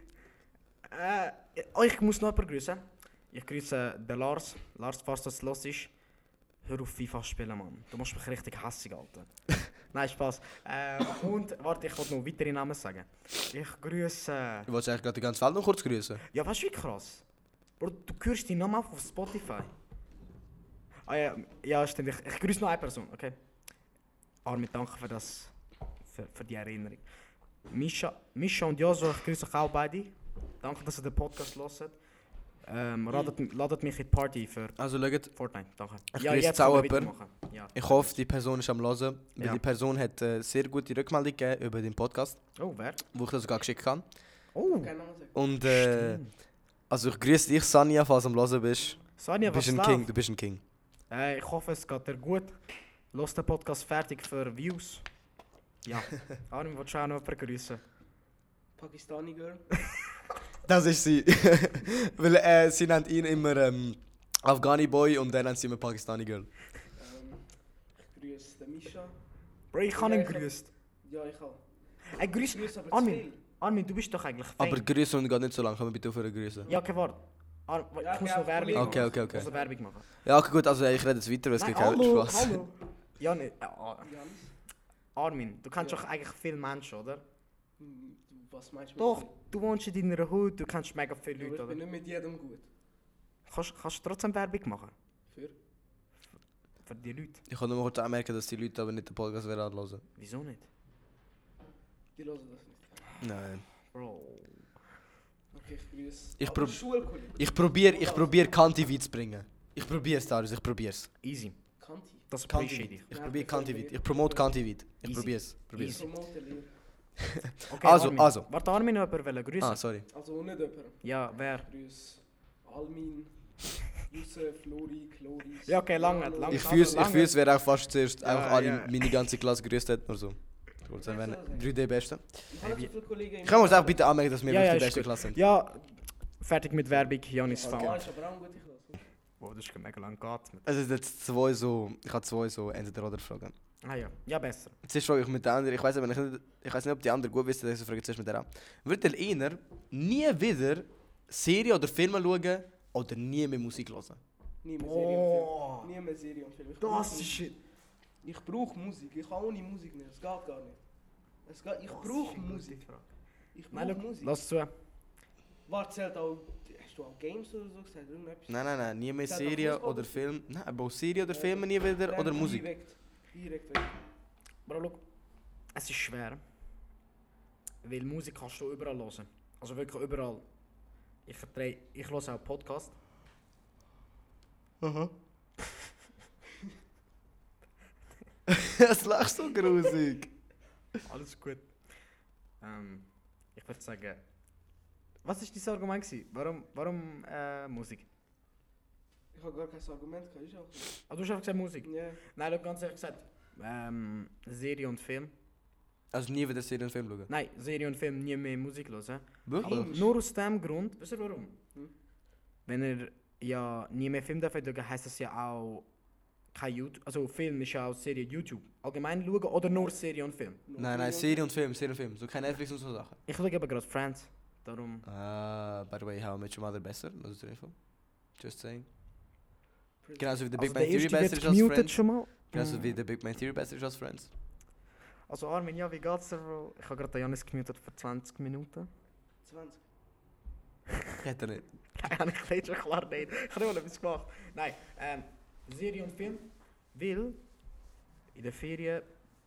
Ich muss noch jemanden grüßen. Ich grüße den Lars. Lars, falls das los ist, hör auf FIFA spielen, Mann. Du machst mich richtig hässig, Alter. Nein, Spaß. Und warte, ich wollte noch weitere Namen sagen. Ich grüße... Du wolltest eigentlich gerade die ganze Welt noch kurz grüßen. Ja, weißt du, wie krass? Bro, du hörst deinen Namen einfach auf Spotify. Ah ja, stimmt. Ich grüße noch eine Person, okay? Armin, danke für das, für die Erinnerung. Mischa und Joso, ich grüße euch auch beide. Danke, dass ihr den Podcast hört. Ladet mich in die Party für Also schaut, Fortnite, danke. Ich ja, grüße jetzt auch können wir jemanden. weitermachen. Ja. ich hoffe, die Person ist am Hören. Weil Ja. die Person hat sehr gute Rückmeldung gegeben über den Podcast, Oh, wer? wo ich das sogar geschickt habe. Oh, Keine Ahnung sagen. Und stimmt. also ich grüße dich, Sanja, falls du am Hören bist. Sanja, Du was bist ein läuft? King, du bist ein King. Ich hoffe, es geht dir gut. Lass den Podcast fertig für Views. Ja. Armin, willst du auch noch jemanden grüßen? Pakistani Girl. Das ist sie. Weil sie nennt ihn immer Afghani Boy und dann nennt sie immer Pakistani Girl. Ich grüße den Mischa. Bro, ich habe ihn Ja, ich hab- grüßt. Ja, ich auch. Hey, grüß. Ich grüße aber Armin. zu viel. Armin, du bist doch eigentlich Fan. Aber grüßen geht nicht so lange, können wir bitte aufhören grüßen? Ja, okay, warte. Ja, Ich muss ja, noch Werbung Kollegen. machen. Okay. Ich muss noch Werbung machen. Ja, okay, gut, also ich rede jetzt weiter, weil es Nein, geht keinen hallo, Spaß. hallo. Ja, nicht. Janis. Armin, du kennst Ja. doch eigentlich viele Menschen, oder? Was meinst du? Doch, du wohnst in deiner Hut, du kennst mega viele Ja, Leute, aber ich bin oder? nicht mit jedem gut. Kannst du trotzdem Werbung machen? Für? Für die Leute? Ich kann nur kurz anmerken, dass die Leute aber nicht den Podcast werden anhören. Wieso nicht? Die hören das nicht. Nein. Bro. Okay, ich grüße. Ich Aber prob- Schulkollegen. Ich probier Kanti-Witz zu bringen. Ich probier's, Darius, ich probier's. Easy. Kanti. Das appreciate ich. Ich probier Kanti-Witz. Ich promote Kanti-Witz. Ich Easy. probier's. Ich promote Lehrer. Okay, Also, Armin. also. Warte, Armin, jemanden grüßen? Ah, sorry. Also nicht jemand. Ja, wer? Ich grüße Almin, Yusuf, Lori, Chloris. Ja, okay, lange, Jano. lange. Ich fühl's, es wäre auch fast zuerst Ja, einfach alle, ja. meine ganze Klasse grüßt hat, nur so. Kurz erwähnen. 3D Beste. Ich habe nicht so viele Kollegen im Ich kann uns auch bitte anmerken, dass wir Ja, ja, wirklich die ist beste gut. Klasse sind. Ja, fertig mit Werbung, Janis Okay. Fan. Ah, ist aber auch eine gute Klasse. Wow, das ist mega lang geht. Es ist jetzt zwei so, ich habe zwei so Entweder-oder-Fragen. Ah ja, ja besser. Zuerst frage ich mit den anderen, ich weiß nicht, ob die anderen gut wissen, deswegen frage ich zuerst mit der an. Würdet ihr eher nie wieder Serie oder Filme schauen oder nie mehr Musik hören? Nie mehr Boah. Serie und Film. Nie mehr Serie und Film. Ich Das brauch ist Musik. shit. Ich brauche Musik. Ich kann ohne Musik nicht. Es geht gar nicht. Ich brauche Musik. Ich Nein, brauche schau, Musik. lass zu. Warte, zählt auch... Hast du auch Games oder so gesagt? Irgendetwas? Nein, nie mehr Zählt auch Serie Fußball oder dazu? Film. Nein, Bro, Serie oder Filme nie wieder Nein, oder Musik? Direkt weg. Bro, schau, es ist schwer. Weil Musik kannst du überall hören. Also wirklich überall. Ich höre auch Podcast. Aha. Es lachst so grusig. Alles gut. Ich würde sagen... Was war dein Argument gewesen? Warum Musik? Ich habe gar kein Argument gehabt. Ist auch. Ah, du hast einfach gesagt Musik? Ja. Nein, du hast ganz ehrlich gesagt... Serie und Film. Also nie wieder Serie und Film schauen? Nein, Serie und Film nie mehr Musik hören. Wirklich? Aber nur aus dem Grund, wisst ihr warum? Hm? Wenn ihr ja nie mehr Film dürft schauen, heisst das ja auch kein YouTube. Also Film ist ja auch Serie YouTube. Allgemein schauen oder nur Serie und Film? Nein, Serie und Film. So kein Netflix und so Sachen. Ich schaue eben gerade Friends. Darum. By the way, How I Met Your Mother besser? Das ist die Info. Just saying. Genauso wie The Big Also Bang der Theory erste besser wird ist als gemutet Friends. schon mal. Genauso wie The Big Bang Theory besser ist als Friends. Also Armin, ja, wie geht's dir, Bro? Ich habe gerade den Janis gemutet für 20 Minuten. 20. Hätte er nicht. Nein, ich weiß schon klar nicht. Ich habe nicht mal etwas gemacht. Nein, Serie und Film. Weil in der Ferien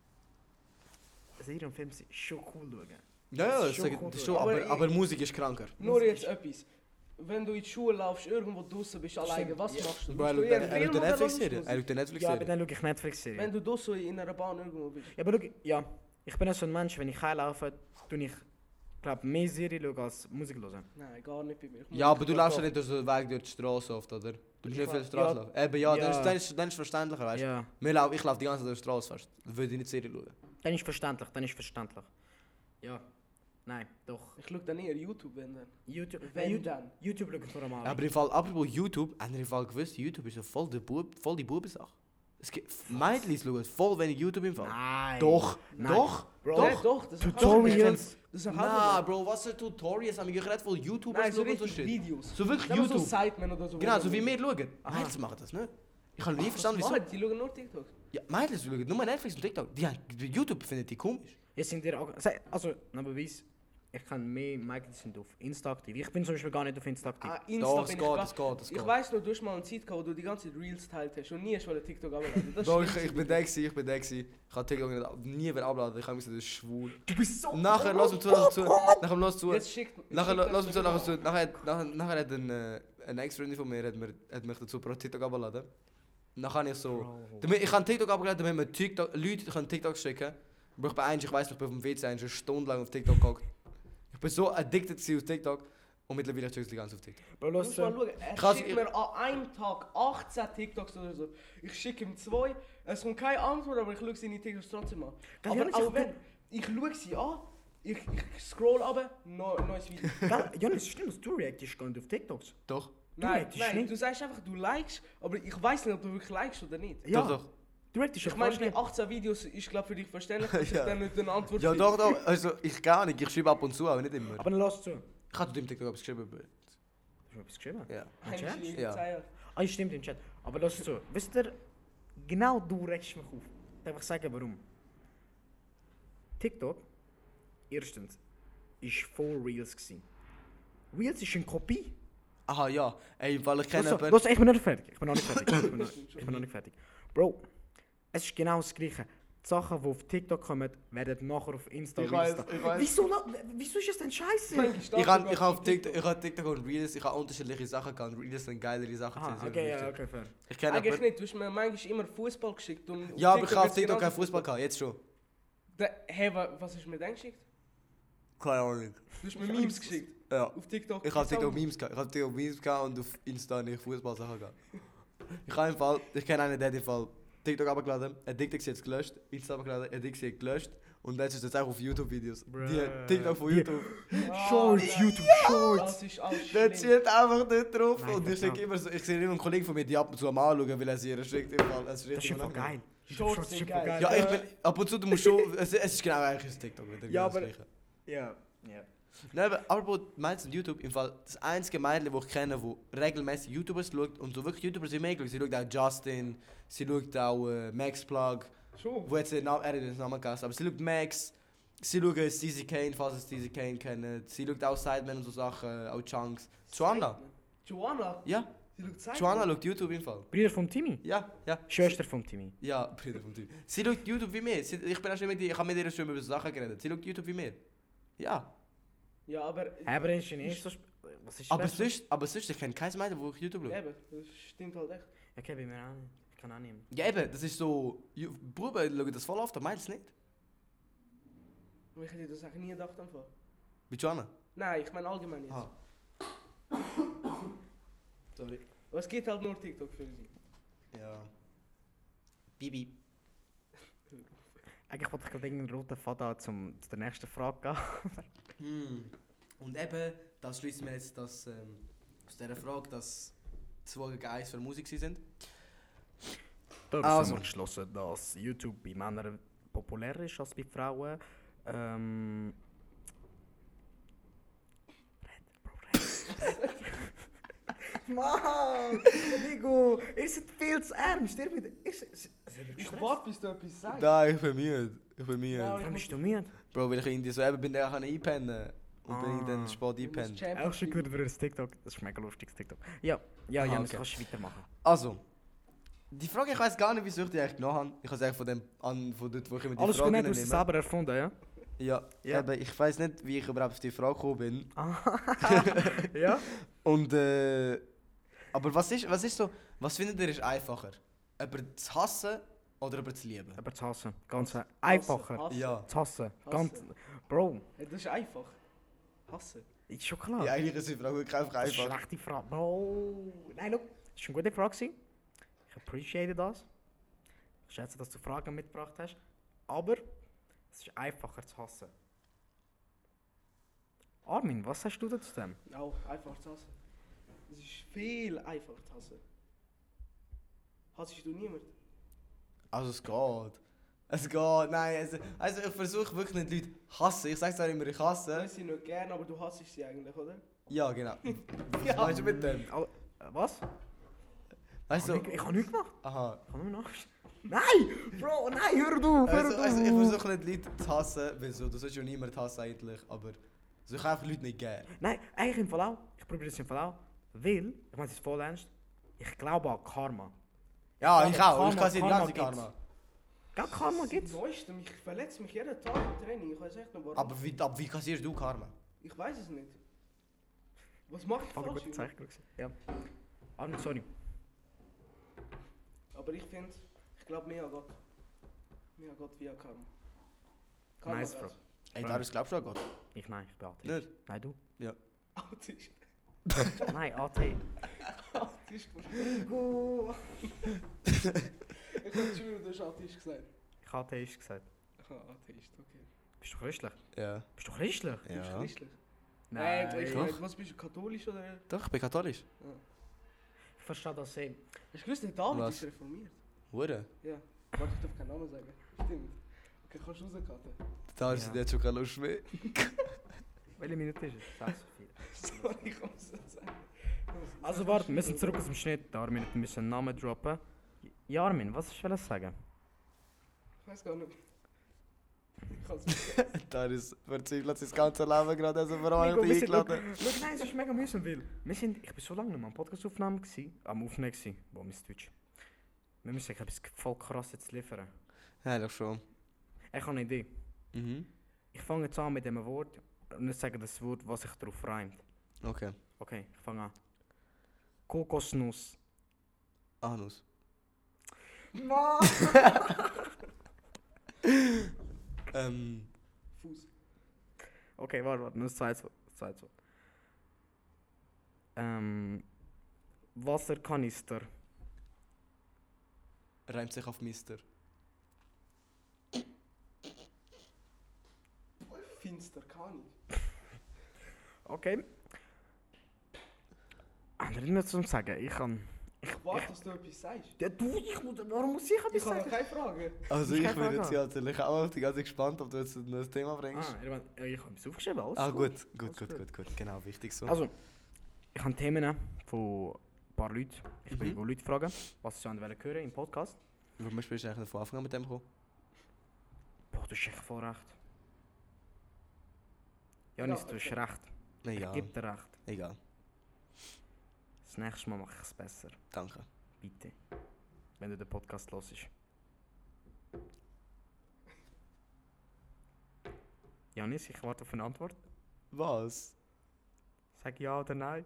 Serie und Film sind schon cool schauen. Ja, Das ist schon das cool, ist schon, aber aber Musik ist kranker. Nur jetzt etwas. Wenn du in die Schule laufst, irgendwo draußen bist, alleine, was Ja. machst du? Bro, Schaust du eher Film oder hörst du Netflix-Serie. Musik? Er schaut die Ja, aber Netflix-Serie. dann schaue ich Netflix-Serien. Wenn du so in einer Bahn irgendwo bist. Ja, aber schau, ja, ich bin ja so ein Mensch, wenn ich heimlaufe, tue ich, glaube mehr Serie schauen als Musik hören. Nein, gar nicht bei mir. Ich Ja, muss- aber du läufst ja nicht durch den Weg durch die Straße oft, oder? Du bist nicht viel Straße laufen. Eben, ja, Ja. dann ist es verständlicher, weißt du? Ja, Ich laufe die ganze Zeit durch die Straße fast. Dann würde ich nicht Serie schauen. dann ist verständlich. Ja, nein, doch. Ich schaue dann eher YouTube, wenn dann. YouTube, Wenn YouTube, dann. YouTube schaue ich vor allem an. Aber im Fall, apropos YouTube, habt ihr im Fall gewusst, YouTube ist so voll die Bubensache. Es gibt Mädchen schauen voll wenig YouTube im Fall. Nein. Doch, Nein. doch, Bro, Ja, doch. doch, das ist Tutorials. Das ist ein Na, Bro, was für Tutorials haben wir gerade voll YouTubers Nein, so schauen und so richtig shit. Videos. So wirklich Nicht mal so YouTube. Sidemen oder so. Genau, so wie wir schauen. Aha. Mädchen machen das nicht. Ich habe nie verstanden, wieso. Die schauen nur TikTok. Ja, Mädchen schauen nur Netflix und TikTok. YouTube findet die komisch. Jetzt sind ihr auch, also, aber weiss, ich kann mehr Michael sind auf Insta aktiv. Ich bin zum Beispiel gar nicht auf Insta aktiv. Insta Doch, bin es ich geht, gar- es geht, es Ich geht. weiss noch, du hast mal eine Zeit gehabt, wo du die ganze Zeit Reels teilt hast und nie hast du TikTok abladen. Das Doch, stimmt. ich bin der gewesen, Ich habe TikTok nie wieder abladen. Ich habe gesagt, das ist schwul. Du bist so... Nachher, lass mich zu. Nachher, lass zu. Jetzt schickt Nachher, schickt lass das mich zu. mir Nachher hat eine Ex-Freundin von mir hat mich dazu pro TikTok abgeladen. Dann kann ich so... Ich habe TikTok abgeladen, damit Leute können TikTok schicken. Aber ich weiss noch, ich bin auf dem WC eine Stunde lang auf TikTok geguckt. Ich bin so addicted auf TikTok. Und mittlerweile checkst du die ganze auf TikTok. Bro, Du lass musst mal zu. schauen, er Krass, schickt ich- mir an einem Tag 18 TikToks oder so. Ich schicke ihm 2, es kommt keine Antwort, aber ich schaue seine TikToks trotzdem an. Gell, Aber Janis, auch ich wenn, ich schaue sie an, ich scroll runter, neues Video. Gell, Janis, stimmt, du reagierst gar nicht auf TikToks. Doch? Nein, reagierst nein, nicht. du sagst einfach, du likest, aber ich weiß nicht, ob du wirklich likest oder nicht. Ja. Doch. Du reagierst Ich auf meine, fast bei nicht. 18 Videos ist glaube für dich verständlich, dass Ja. ich dann nicht eine Antwort Ja, finde. doch. Also, ich gar nicht. Ich schreibe ab und zu, aber nicht immer. Aber dann lass zu. Ich habe zu dem TikTok etwas geschrieben. Hast du etwas geschrieben? Ja. Eigentlich in Ja. 10 Jahren. Ah, ja, stimmt, im Chat. Aber lass zu. Wisst ihr, genau du regst mich auf. Darf ich sagen, warum? TikTok, erstens, ist voll Reels gewesen. Reels ist eine Kopie. Aha, ja. Ey, weil ich kenne Los, jemanden... los, ich bin noch nicht fertig. Ich bin noch nicht fertig. Bro, es ist genau das Gleiche. Die Sachen, die auf TikTok kommen, werden nachher auf Insta Ich Reels weiß, da. ich weiß. Wieso ist das denn scheiße? Manchmal Ich steht habe sogar auf TikTok und Reels, ich habe unterschiedliche Sachen gehabt. Reels sind geilere Sachen. Ah, sind okay, wichtig. ja, okay, fair. Ich kenne Eigentlich jemanden... nicht, du hast mir manchmal immer Fußball geschickt. Und Ja, aber ich habe auf hat's TikTok genauso keinen Fußball gehabt, jetzt schon. Hey, was hast du mir dann geschickt? Keine Ahnung. Du hast mir Memes geschickt. Ja. Auf TikTok. Ich habe TikTok Memes gehabt. Ich habe TikTok Memes gehabt und auf Insta habe ich Fußballsachen gehabt. Ich kenne einen, der hat im Fall TikTok abgeladen, TikTok jetzt gelöscht, Insta abgeladen, TikTok gelöscht und jetzt ist es auch auf YouTube-Videos. Die TikTok von YouTube. Shorts, YouTube Shorts. Das ist alles Der schlimm. zieht einfach nicht drauf Nein, und ich verdammt. sehe immer einen Kollegen von mir, die ab und zu am anschauen, weil er sie erschreckt im Fall. Es Das ist einfach geil. Shorts sind geil. Ja, ich bin... Ab und zu, du musst schon... Es ist genau eigentlich ein TikTok. Wieder Ja, genau das aber- Gleiche. Ja. Nein, aber Bro, meinst du YouTube? Im Fall, das einzige Mädchen, das ich kenne, das regelmäßig YouTubers schaut, und so wirklich YouTubers sind mega. Sie schaut auch Justin, sie schaut auch Max Plug, Schon. wo jetzt er hat den Namen vergessen, aber sie schaut Max, sie schaut CZ Kane, falls ihr CZ Kane kennt, sie schaut auch Sidemen und so Sachen, auch Chunks. Joanna? Joanna? Ja, Sie schaut Zeit. Joanna schaut YouTube im Fall. Brüder vom Timmy. Ja, ja. Schwester vom Timmy. Ja, Brüder vom Typ. Sie schaut YouTube wie mir. Ich bin auch schon mit ihr, ich habe mit ihr schon über so Sachen geredet. Sie schaut YouTube wie mir. Ja. Ja, aber... Aber ist nicht so... Was ist Aber Schwester? sonst, ich kenne kein Mädchen, wo ich YouTube schaue. Eben, das stimmt halt echt. Okay, bei mir auch nicht. Ich kann auch nicht mehr. Ja eben, das ist so... Buben schauen das voll oft, aber Mädels nicht. Aber ich hätte das eigentlich nie gedacht einfach. Wie Joanna? Nein, ich meine allgemein jetzt. Ah. Sorry. Aber es geht halt nur TikTok für sie. Ja. Bibi. Eigentlich wollte ich gerade irgendeinen roten Faden zu der nächsten Frage gehen. Und eben, das schließen wir jetzt aus dieser Frage, dass 2 gegen 1 für Musik sind. Da Also. haben wir entschlossen, dass YouTube bei Männern populärer ist als bei Frauen. Mann! Nico! Ihr seid viel zu ernst! Ich warte, bis du etwas sagst. Nein, ich bin müde. Ich bin müde. Ja, Warum bist du müde? Bro, weil ich irgendwie so eben bin, ich kann einpennen. Und bin ich dann spät Du musst einpennen. Auch Champions schon League. gut für ein TikTok. Das ist ein mega lustiges TikTok. Ja, Janis, okay. kannst du weitermachen. Also, die Frage, ich weiß gar nicht, wieso ich die eigentlich genommen habe. Ich habe es eigentlich von dort, wo ich immer die Alles gut, Fragen nicht, du hast es nehme. selber erfunden, ja? Ja, Ja. Eben, ich weiß nicht, wie ich überhaupt auf die Frage gekommen bin. Ja? Und aber was ist so, was findet ihr ist einfacher? Jemanden zu hassen oder jemanden zu lieben? Aber zu hassen. Ganz einfacher. Hassen. Ja. Zu hassen. Hassen. Ganz... Bro, Ja, das ist einfach. Hassen. ist schon klar. Ja, eigentlich ist die Frage wirklich einfach Das ist eine einfach. schlechte Frage. Bro. Nein, look. Das war eine gute Frage. gewesen. Ich appreciate das. Ich schätze, dass du Fragen mitgebracht hast. Aber es ist einfacher zu hassen. Armin, was sagst du dazu dem? Auch einfach zu hassen. Es ist viel einfacher zu hassen. Hassest du niemand? Also es geht. Es geht, nein. Also ich versuche wirklich nicht Leute hassen. Ich sage zwar immer, ich Du hasse. hast sie nicht gern, aber du hassest sie eigentlich, oder? Ja, genau. Was meinst du mit dem? Was? Weißt du? Ich habe nichts gemacht. Aha. Ich habe nur nachgestellt. Nein! Bro, nein, hör auf! Hör Also ich auf. versuche nicht Leute zu hassen, weil so, du sollst ja niemand hassen eigentlich, aber so, ich habe einfach Leute nicht gerne. Nein, eigentlich im Fall auch. Ich probiere es im Fall auch. Weil, ich meine es ist voll ernst, ich glaube an Karma. Ja, Ja, ich aber auch. Ich kann sie Karma lassen, gibt's. Karma. Gell, Karma gibt's? Das Neueste, ich verletze mich jeden Tag im Training. Ich weiß echt nicht warum. Aber wie kassierst du Karma? Ich weiß es nicht. Was mache ich Voll falsch? gute Zeichen gewesen. Ja. Armin, sorry. Aber ich finde, ich glaube mehr an Gott. Mehr an Gott wie an Karma. Nice, wär's. Bro. Ey, Darius, glaubst du an Gott? Nein, ich bin Atheist. Nicht? Nein, du? Autist. Nein, Atheist. Autist. Ich habe schon du hast Autist gesagt. Ich habe Atheist gesagt. Aha, Atheist, okay. Bist du christlich? Ja. Bist du christlich? Du bist Ja. christlich? Ich Doch. meine, was bist du, katholisch oder? Doch, ich bin katholisch. Ich verstehe das sehr. Hast du gewusst, der David Was? ist reformiert? Hure. Ja. Warte, ich darf keinen Namen sagen. Stimmt. Okay, kannst du rauscutten? Darius Ja. hat jetzt schon keine Lust mehr. Welche Minute ist es? 6 Sorry, ich muss das sagen. Also warte, wir sind zurück aus dem Schnitt. Armin hat ein bisschen Namen droppen. Ja, Armin, was willst du sagen? Ich weiß gar nicht. Ich kann es nicht. Darius verzweifelt sein ganzes Leben gerade, also vor allem Nico, wir sind- eingeladen. Schau, nein, es ist mega mühsam, weil ich bin so lange nicht mehr am Podcast-Aufnahme gewesen, am Aufnehmen gewesen, wo mein Twitch. Wir müssen etwas voll krass jetzt liefern. Ja, doch schon. Ich habe eine Idee. Mhm. Ich fange jetzt an mit dem Wort und nicht sagen das Wort, was sich darauf reimt. Okay. Okay, ich fange an. Kokosnuss. Anus. Mann! Fuß. Okay, warte, nur das zweite Wort. Wasserkanister. Reimt sich auf Mister. Finster kann ich. Okay. Andere nicht zum Sagen. Ich warte, dass du etwas sagst. Ja, warum muss ich etwas Ich habe sagen? noch keine Frage. Also Ich ich kann bin jetzt fragen. ja natürlich auch die ganze gespannt, ob du jetzt ein neues Thema bringst. Ich habe es aufgeschrieben, alles Ah, gut. gut. Genau, wichtig so. Also, ich habe Themen von ein paar Leuten. Ich will Mhm. Leute fragen, was sie hören wollen im Podcast. Warum bist du eigentlich von Anfang an mit dem gekommen? Boah, du hast echt voll recht. Janis, Ja, du hast okay. recht. Ich Egal. gebe dir recht. Egal. Das nächste Mal mache ich es besser. Danke. Bitte. Wenn du den Podcast hörst. Janis, ich warte auf eine Antwort. Was? Sag ja oder nein.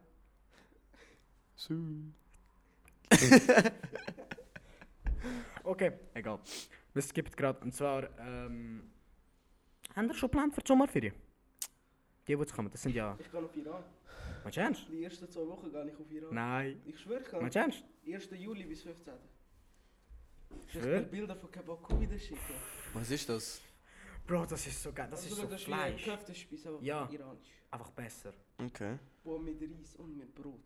Okay, egal. Es gibt gerade, und zwar, haben wir schon geplant für die Sommerferien? Die jetzt kommen, das sind ja... Ich gehe auf Iran. Meinst du ernst? Die ersten 2 Wochen gehe ich auf Iran. Nein. Ich schwöre, ich gehe Meinst du ernst? 1. Juli bis 15. Ich Schwör? werde Bilder von Kebaku wieder schicken. Was ist das? Bro, das ist so geil, das ist so das Fleisch. wie ein Köftespieß, aber Ja. iranisch. Einfach besser. Okay. Boah, mit Reis und mit Brot.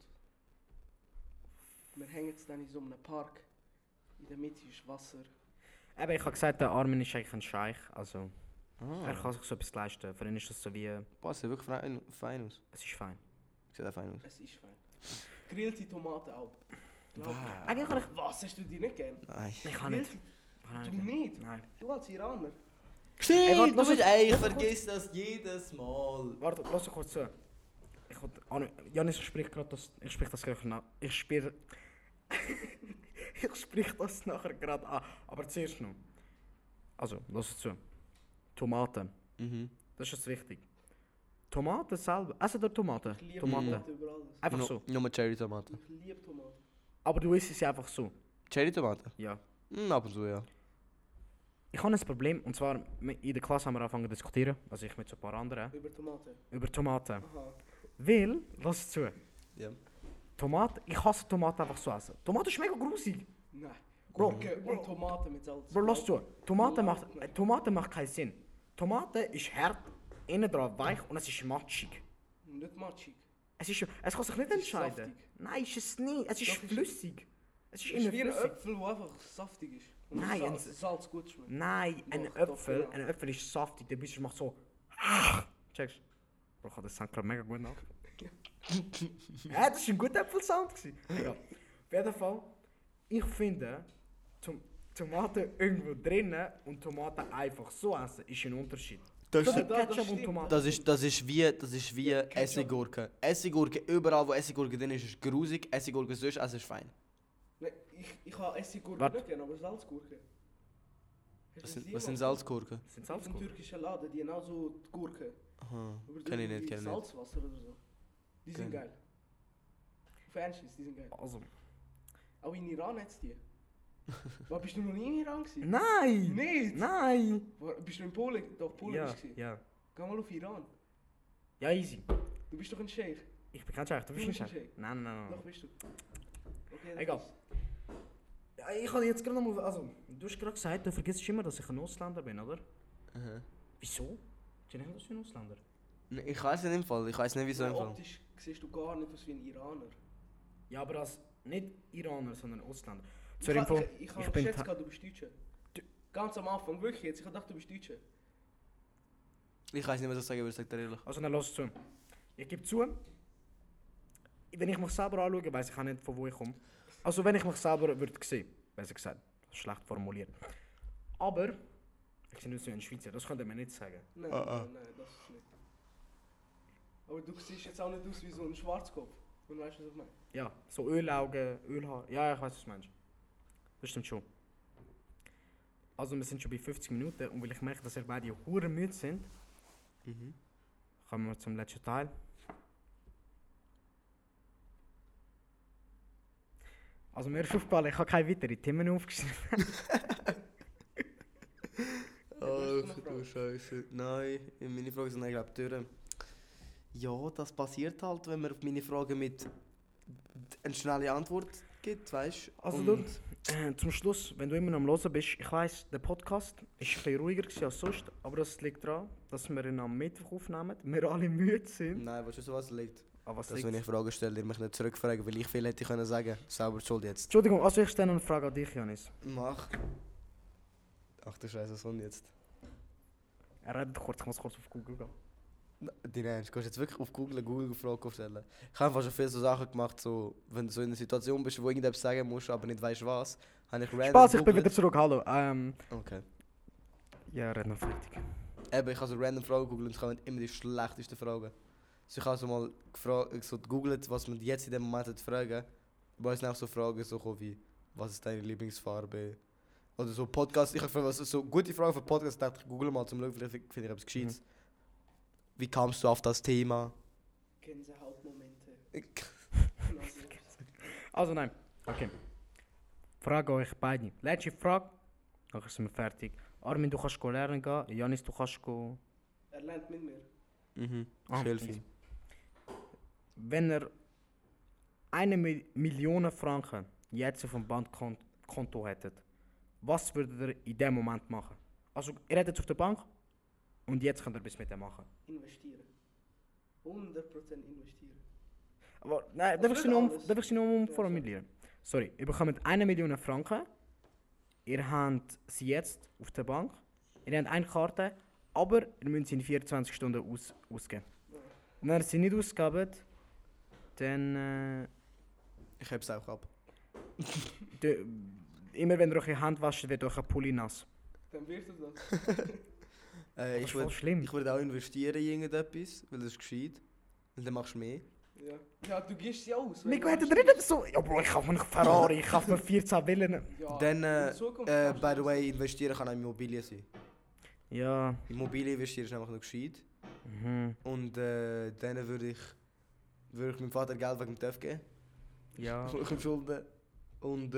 Wir hängen jetzt dann in so einem Park. In der Mitte ist Wasser. Eben, ich habe gesagt, der Armin ist eigentlich ein Scheich, also er Ah. kann sich so etwas leisten. Für ihn ist das so wie, Boah, sieht wirklich fein aus. es ist fein. Sieht auch fein aus. Es ist fein. Grillte Tomaten auch. Glaub mir. Eigentlich kann ich... Was, hast du die nicht gern? Nein. Ich kann nicht. Grillte- Ich kann Du nicht. nicht? Nein. Du als Iraner. Ey, warte, lass uns- ich lass uns vergiss das jedes Mal. Warte, lass doch kurz zu. Ich wollte... Janis spricht gerade das... Ich sprich das gleich nach... Ich sprich... ich sprich das nachher gerade an. Aber zuerst noch. Also, lass es zu. Tomaten. Mhm. Das ist jetzt wichtig. Tomaten selber... Essen ihr Tomaten? Ich liebe Tomaten. Tomaten über alles. Einfach so. Nur Cherry-Tomaten. Ich liebe Tomaten. Aber du isst sie einfach so. Cherry-Tomaten? Ja. Ab und zu, ja. Ich habe ein Problem, und zwar in der Klasse haben wir angefangen zu diskutieren, also ich mit so ein paar anderen, Über Tomaten. über Tomaten. Aha. Weil, lass es zu, Ja. Tomaten, ich hasse Tomaten einfach so essen. Tomaten ist mega grusig. Nein. Bro, Okay, und Tomaten mit Salz. Bro, lass zu, Tomaten Nein. macht, Tomaten macht keinen Sinn. Tomaten ist hart, innen dran weich und es ist matschig. Nicht matschig. Es kann sich nicht Es ist entscheiden. saftig. Nein, ist es nicht. Es ist Doch, ist- flüssig. Es ist Es ist innen wie ein flüssig. Äpfel, der einfach saftig ist. Und Nein, Salz gut schmeckt. Nein, ein Doch, doch, Äpfel, genau. ein Äpfel ist saftig, der Biss macht so. Checkst? Bro, ich hab das Sound gerade mega gut nach. Ja, das war ein guter Äpfelsound. Ja. Auf jeden Fall, ich finde, Tomaten irgendwo drinnen und Tomaten einfach so essen, ist ein Unterschied. Das So ist, wie das Ketchup und stimmt. Tomaten. das ist wie Ketchup. Essiggurke. Essiggurke, überall wo Essiggurke drin ist grusig. Essiggurke sonst essen ist fein. Nein, ich habe Essiggurke Warte. nicht gerne, aber Salzgurke. Hast du Was die sind, was sind mal- Salzgurken? Das sind Auf dem Salzgurken. türkischen Laden, die haben auch so die Gurke. Aha, Aber kenn ich die nicht, kenn ich nicht. Salzwasser oder so. Die sind Kenn- geil. Auf Ernst, die sind geil. Also. Auch in Iran hat es die. Aber bist du noch nie in Iran gewesen? Nein! Nicht? Nein! Bist du in Polen? Doch, Polen Ja, bist du gewesen. ja. Geh mal auf Iran. Ja, easy. Du bist doch ein Sheikh. Ich bin kein Scheich, du bist Du ein bist ein Scheich. Scheich. Nein, nein, nein. Doch nein. bist du. Okay, das Egal. ist- Ja, ich habe jetzt gerade noch mal. Also, du hast gerade gesagt, du vergisst immer, dass ich ein Ausländer bin, oder? Aha. Wieso? Sie nennen das für ein Ausländer. Ich weiß nicht im Fall, ich weiß nicht wieso im Fall. Optisch siehst du gar nicht aus wie ein Iraner. Ja, aber als nicht Iraner, sondern Ausländer. Ich Zur ha- Info, ich ich bin schätze Ta- gerade, du bist Deutscher. Ganz am Anfang, wirklich jetzt. Ich dachte, du bist Deutscher. Ich weiß nicht, was ich sagen würde, sag dir ehrlich. Also dann lass zu. Ich gebe zu, wenn ich mich selber anschaue, weiß ich auch nicht, von wo ich komme. Also wenn ich mich selber würde sehen, besser gesagt, schlecht formuliert. Aber, ich sehe nicht so ein Schweizer, das könnte man nicht sagen. Nein, Ah, nein, das ist nicht. Aber du siehst jetzt auch nicht aus wie so ein Schwarzkopf. Und weißt du, was ich meine? Ja, so Ölaugen, Ölhaar, ja, ich weiß, was du meinst. Das stimmt schon. Also wir sind schon bei 50 Minuten und weil ich merke, dass ihr beide hure müde sind, Mhm. kommen wir zum letzten Teil. Also mir ist aufgefallen, ich habe keine weiteren Themen aufgeschrieben. Ach du Scheiße. Nein, meine Fragen sind eigentlich durch. Ja, das passiert halt, wenn man auf meine Fragen mit eine schnelle Antwort gibt, weißt du? Also du, zum Schluss, wenn du immer noch am Hören bist, ich weiss, der Podcast ist ein bisschen ruhiger gewesen als sonst, aber das liegt daran, dass wir ihn am Mittwoch aufnehmen, wir alle müde sind. Nein, weißt du, so was liegt? was Dass liegt's? wenn ich Fragen stelle, ihr mich nicht zurückfragen, weil ich viel hätte können sagen. Selber schuld jetzt. Entschuldigung, also ich stelle noch eine Frage an dich, Janis. Mach. Ach du Scheiße, was kommt jetzt? Er redet kurz, ich muss kurz auf Google gehen. Die Ernst, gehst du jetzt wirklich auf Google Fragen stellen? Ich habe einfach schon viele so Sachen gemacht, so, wenn du so in einer Situation bist, wo irgendetwas sagen musst, aber nicht weißt was, habe ich random Spaß, ich bin googelt. wieder zurück, hallo. Okay. Ja, red noch fertig. Eben, ich habe so random Fragen gegoogelt und es kommen immer die schlechtesten Fragen. Also ich habe so mal so gegoogelt, was man jetzt in dem Moment fragen. Weil es dann auch so Fragen so kommen wie, was ist deine Lieblingsfarbe? Oder so Podcast, ich habe gefragt, was ist so gute Frage für Podcast, dachte ich google mal zum Schauen, vielleicht finde ich etwas Gescheites. Wie kamst du auf das Thema? Gänsehautmomente. Also nein, okay. Frage euch beide. Letzte Frage, dann sind wir fertig. Armin, du kannst lernen gehen. Janis, du kannst go. Er lernt mit mir. Mhm, Ah, ich helfe easy. ihm. Wenn ihr 1 Million Franken jetzt auf dem Bankkonto hättet, was würdet ihr in dem Moment machen? Also, ihr hättet es auf der Bank und jetzt könnt ihr etwas mit dem machen. Investieren. 100% investieren. Aber nein, Also darf ich nicht sie nur, alles. darf ich sie nur Ja, formulieren? Sorry, ihr bekommt 1 Million Franken, ihr habt sie jetzt auf der Bank, ihr habt eine Karte, aber ihr müsst sie in 24 Stunden ausgeben. Ja. Und wenn ihr sie nicht ausgebt, dann Ich heb es auch ab. immer wenn ihr eure Hand wascht, wird euer Pulli nass. Dann wirst du das. Das ist Ich voll würde schlimm. auch investieren in irgendetwas, weil das ist gescheit. Und dann machst du mehr. Ja. Ja, du gibst sie aus. wenn Nico du hätte investierst. nicht so, ja Bro, ich kaufe mir einen Ferrari, ich kaufe mir 14 Villen. Ja, Dann, in Zukunft by kannst du the das. way, investieren kann auch in Immobilien sein. Ja, Immobilien investieren ist einfach noch gescheit. Und dann würde ich meinem Vater Geld wegen dem TÜV geben. ja. Ich ihm schulden. Und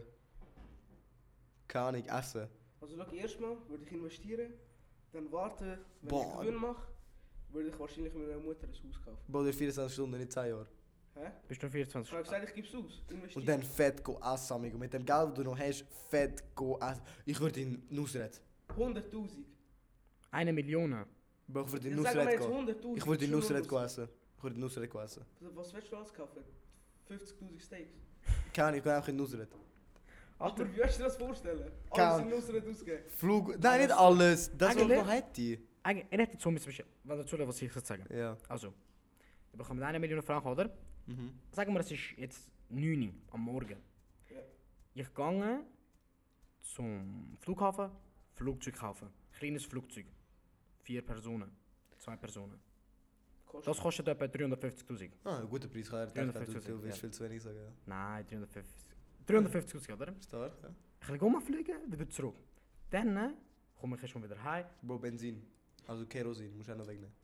keine Ahnung, essen. Also schau, erstmal würde ich investieren, dann warten, wenn Boah. ich Gewinn mache, würde ich wahrscheinlich mit meiner Mutter ein Haus kaufen. Bald 24 Stunden, nicht 10 Jahre. Hä? Bist du Ich 24? habe gesagt, ich gebe es aus. Investieren. Und dann fett go essen, amigo. Mit dem Geld, das du noch hast, fett go essen. Ich würde in Nusret. 100'000. 1 Million. Bro, ich würde in Dann sagen wir Nusret jetzt gehen. 100'000. Ich würde in schon Nusret nur essen. Ich würde in Nusret essen. Was willst du alles kaufen? 50'000 Steaks. Keine Ahnung, ich gehe auch in Nusret. Alter, Aber wie willst du dir das vorstellen? Keine Alles in Ausrede ausgeben. Flug... Nein, nicht alles. Das, was ich Eigentlich- noch hätte. eigentlich, ihr hättet so müssen bestimmt, wenn ihr zuhört, was ich jetzt sagen. Ja. Also, ihr bekommt 1 Million Franken, oder? Mhm. Sagen wir, es ist jetzt 9 Uhr am Morgen. Ja. Ich gehe zum Flughafen, Flugzeug kaufen. Kleines Flugzeug. 4 Personen. 2 Personen. Das kostet etwa 350'000. Ah, ein guter Preis. Ich habe gedacht, 350'000, du willst ja. viel zu wenig sagen. Ja. Nein, 350'000, oder? Stark, ja. Ich kann rumfliegen, wieder zurück. Dann komme ich erstmal wieder heim. Bro, Benzin. Also Kerosin, musst du auch noch wegnehmen.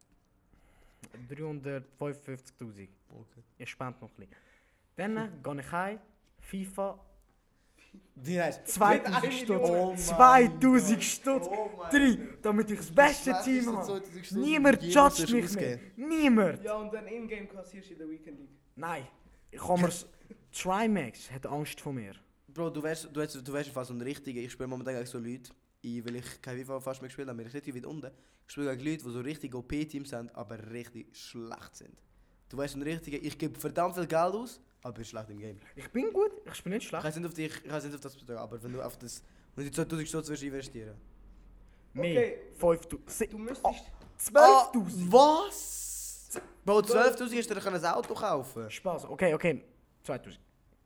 355'000. Okay. Ich spende noch ein bisschen. Dann gehe ich heim, FIFA, Die heißt 2000 1 Stutz. Million. Oh mein 2000 Gott. Stutz. Oh mein 3, damit ich das beste Das Team Schlechteste habe. 2000 Stutz, Niemand die du jemals judgt mich hast mehr. ausgegeben. Niemand. Ja, und dann in-game kassierst du in der Weekend League. Nein, ich kann mir's... Trimax hat Angst vor mir. Bro, du wärst fast so ein richtiger. Ich spiele momentan gegen so Leute, weil ich kein FIFA fast mehr gespielt habe, mir ist richtig weit unten. Ich spiele gegen Leute, die so richtig OP-Teams sind, aber richtig schlecht sind. Du wärst so ein richtiger. Ich gebe verdammt viel Geld aus, aber bin schlecht im Game. Ich bin gut, ich bin nicht Ich schlecht. weiß nicht auf dich, ich weiß nicht auf das bezogen, aber wenn du auf das, wenn du 2000 Stutz willst investieren. Mehr. Okay. 5000. Du müsstest... 12'000. Was? Bro, 12'000 hast du dir ein Auto kaufen. Spaß, okay. 2000.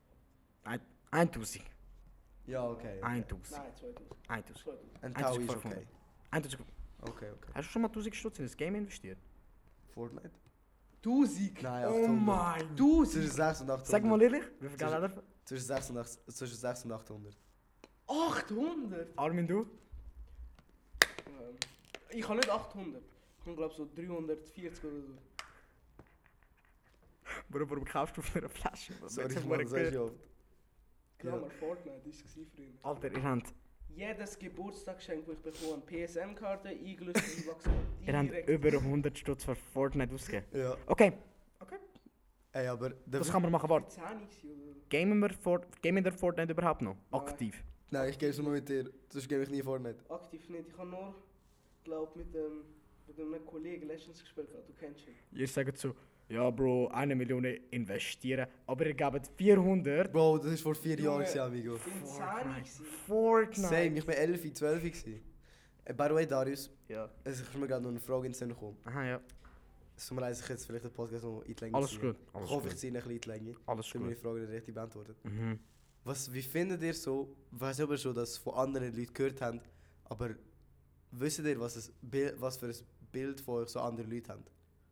1000. Ja, okay. 1000. Nein, 2000. 1000. 2000. Ein Tau ist 1500. okay. 1000. Okay. Hast du schon mal 1000 Stutz in das Game investiert? Fortnite? 1000? Nein, Oh 800. mein. Zwischen 6 und 800. Sag mal ehrlich, wie viel Geld hat er? Zwischen 6 und 800. 800? Armin, du? Ich habe nicht 800. Ich habe glaube so 340 oder so. Bro, warum kaufst du auf einer Flasche? Was Sorry, hast du Mann, vorher das ist gehört? ja oft. Klammer, Fortnite war es früher. Alter, ihr habt, Jedes Geburtstagsgeschenk, das ich bekomme, PSM-Karte, eingelöst, einwachsen, ihr habt direkt. über 100 Stutz für Fortnite ausgegeben. Ja. Okay, Ey, aber... das kann man machen. Warte, 10 oder? gamen wir Fortnite überhaupt noch? Nein. Aktiv. Nein, ich gebe es nur mit dir. Sonst gebe ich nie Fortnite. Aktiv nicht. Ich habe nur, glaube mit einem Kollegen letztens gespielt. Du kennst ihn. Ihr sagt so, ja Bro, 1 Million investieren, aber ihr gebt 400. Bro, das war vor 4 Junge, Jahren, gewesen, amigo. Insane. Fortnite. Same, ich war 11, 12 gewesen. By the way, Darius, Ja. es ist mir gerade noch eine Frage in den Sinn gekommen. Aha, ja. Es tut mir leid, ich jetzt vielleicht den Podcast noch in die Länge Alles ziehe. gut. Ich Alles hoffe, ich gut. ziehe ihn ein bisschen in die Länge. Alles Ich habe meine gut. Frage richtig beantwortet. Mhm. Wie findet ihr so, ich weiß nicht, ob ihr schon das von anderen Leuten gehört habt, aber wisst ihr, was für ein Bild von euch so andere Leute haben?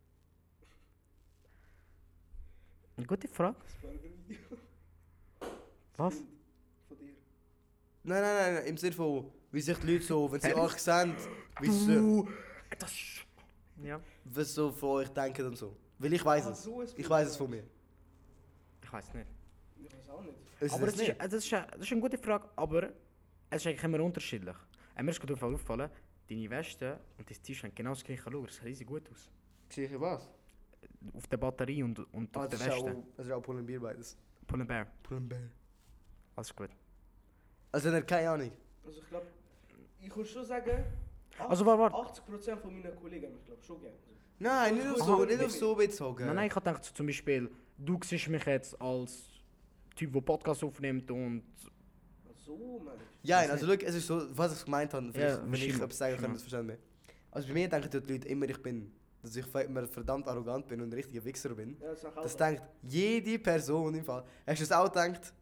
Eine gute Frage. Das Burger-Video. Was? Von dir. Nein, im Sinne von, wie sich die Leute so, wenn sie Ehrlich? euch sehen, wie sie Du! Das... Ja. was so von euch denken und so. Weil ich weiß Ah, es. so ein Ich Bild, weiß es ja. von mir. Ich weiß nicht. Ich weiß auch nicht. Ist Aber das das ist eine gute Frage, aber es ist eigentlich immer unterschiedlich. Mir ist gerade aufgefallen, deine Weste und dein T-Shirt haben genau das gleiche Logo. Das sieht riesig gut aus. Sicher was? Auf der Batterie und auf der das ist Weste. auch, das ist auch Pull and Beer beides. Pull and Bear. Pull and Bear. Alles gut. Also er hat keine Ahnung. Also ich glaube, ich würde schon sagen, Also warte. 80% von meinen Kollegen haben mich glaube schon gerne. Nein, nicht auf Aha. so, nicht auf so bezogen. Nein, ich habe gedacht, so zum Beispiel, du siehst mich jetzt als Typ, der Podcast aufnimmt und... So, Mensch. Ja, also schau, es ist so, was ich gemeint habe, vielleicht, Ja, wenn ich scheinbar, etwas sagen kann, scheinbar. das verstehen wir. Also bei mir denken die Leute immer, dass ich immer verdammt arrogant bin und ein richtiger Wichser bin. Ja, das sag auch Das so. denkt jede Person im Fall. Hast du es auch gedacht?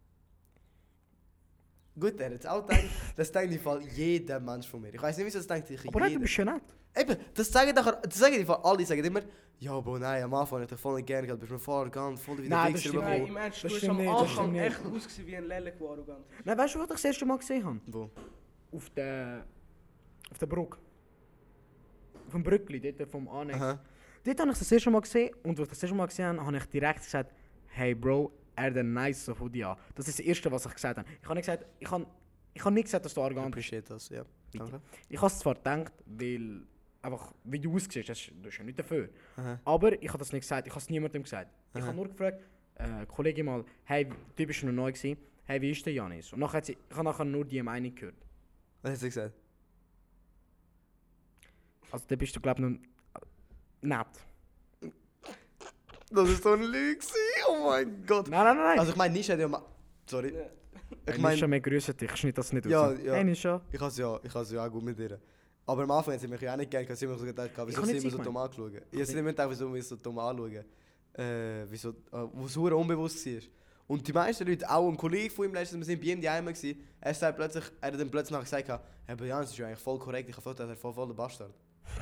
Gut, er hat es auch gedacht. Das denkt im Fall jeder Mensch von mir. Ich weiß nicht, wieso das denkt sich Aber nein, du jeder. bist ja nett. Eben, das sagen im Fall alle, sagen immer, ja, Bro, nein, am Anfang habe ich dich voll nicht gerne gehabt, bist mir voll arrogant, voll wie der Nein, das Wichser stimmt Nein, bekommen. im Ernst, du Das hast stimmt am nicht, das Anfang stimmt echt ausgesehen wie ein Lelek, der arrogant ist. Nein, weißt du, was ich das erste Mal gesehen habe? Wo? Auf der Brücke. Auf dem Brückli, dort vom Annex. Aha. Dort habe ich das erste Mal gesehen und als ich das erste Mal gesehen habe, habe ich direkt gesagt, hey Bro, er hat einen nice Hoodie an. Das ist das Erste, was ich gesagt habe. Ich habe nicht gesagt, ich habe nicht gesagt, dass du arrogant bist. Appreciate das, ja. Danke. Ich habe es zwar gedacht, weil einfach, wie du aussiehst, du bist ja nicht dafür. Aha. Aber ich habe das nicht gesagt, ich habe es niemandem gesagt. Ich Aha. habe nur gefragt, Kollegin mal, hey, du bist noch neu gewesen, hey, wie ist der Janis? Und nachher ich habe nachher nur die Meinung gehört. Was hast du gesagt? Also da bist du, glaube ich, noch nett. Das ist so ein Lüge, oh mein Gott. Nein. Also ich meine, Nisha hat ja mal... Sorry. Ja. Ich Nisha, meine, wir grüßen dich, schneid das nicht Ja, raus. ja. Hey Nisha. ich habe es ja auch gut mit ihr. Aber am Anfang hat sie mich ja auch nicht gerne, sie haben so gedacht, wieso habe sie nicht immer so sie dumm anschauen. Ich habe sie immer gedacht, wieso wir so dumm anschauen. Wo es verdammt unbewusst war. Und die meisten Leute, auch ein Kollege von ihm letztens, wir sind bei ihm die Einmal gewesen, er hat dann plötzlich nachher gesagt, hey, Jan, das ist ja eigentlich voll korrekt, ich habe voll, er voll der Bastard.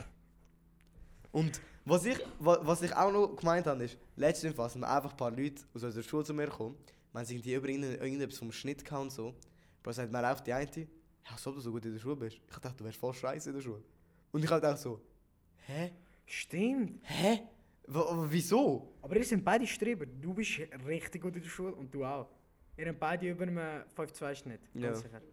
Und was ich auch noch gemeint habe, ist, letztens sind einfach ein paar Leute aus unserer Schule zu mir gekommen, man sind die über irgendetwas vom Schnitt gehabt und so. Bro, sagt mir auch die eine, ja, als ob du so gut in der Schule bist. Ich dachte, du wärst voll scheiße in der Schule. Und ich habe gedacht so, hä? Stimmt. Hä? Wieso? Aber ihr sind beide Streber. Du bist richtig gut in der Schule und du auch. Ihr habt beide über einem 5-2 Schnitt. Ja. Ganz sicher.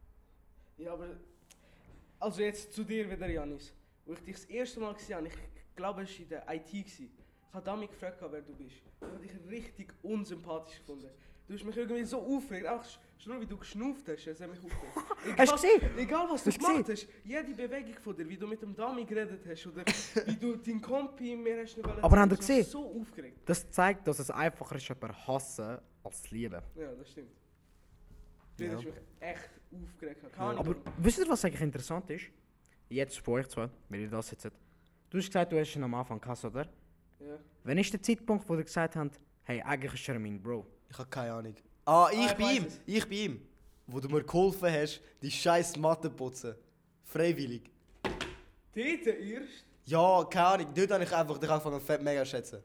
Ja, aber... Also jetzt zu dir wieder, Janis. Wo ich dich das erste Mal gesehen habe, ich glaube, es war in der IT. Ich habe damit gefragt, wer du bist. Ich habe dich richtig unsympathisch gefunden. Du hast mich irgendwie so aufgeregt. Auch schon nur, wie du geschnauft hast, das hat mich aufgeregt. Hast du gesehen? Egal, was du Hast du gemacht hast, jede Bewegung von dir, wie du mit dem Dami geredet hast oder wie du deinen Kompi mir hast nicht Aber habt ihr das hat mich gesehen? so aufgeregt. Das zeigt, dass es einfacher ist, jemanden hassen als lieben. Ja, das stimmt. Ja. Du hast mich echt aufgeregt. Keine Ahnung. Aber wisst ihr, was eigentlich interessant ist? Jetzt vor euch zwei, wenn ihr das jetzt... Du hast gesagt, du hast ihn am Anfang gehasst, oder? Ja. Wann ist der Zeitpunkt, wo ihr gesagt habt, hey, eigentlich ist er mein Bro? Ich habe keine Ahnung. Ah, ich ich bei weiss ihm! es. Ich bei ihm! Wo du mir geholfen hast, die scheiß Matte putzen. Freiwillig. Dort erst? Ja, keine Ahnung. Dort habe ich einfach dich angefangen fett mega schätzen.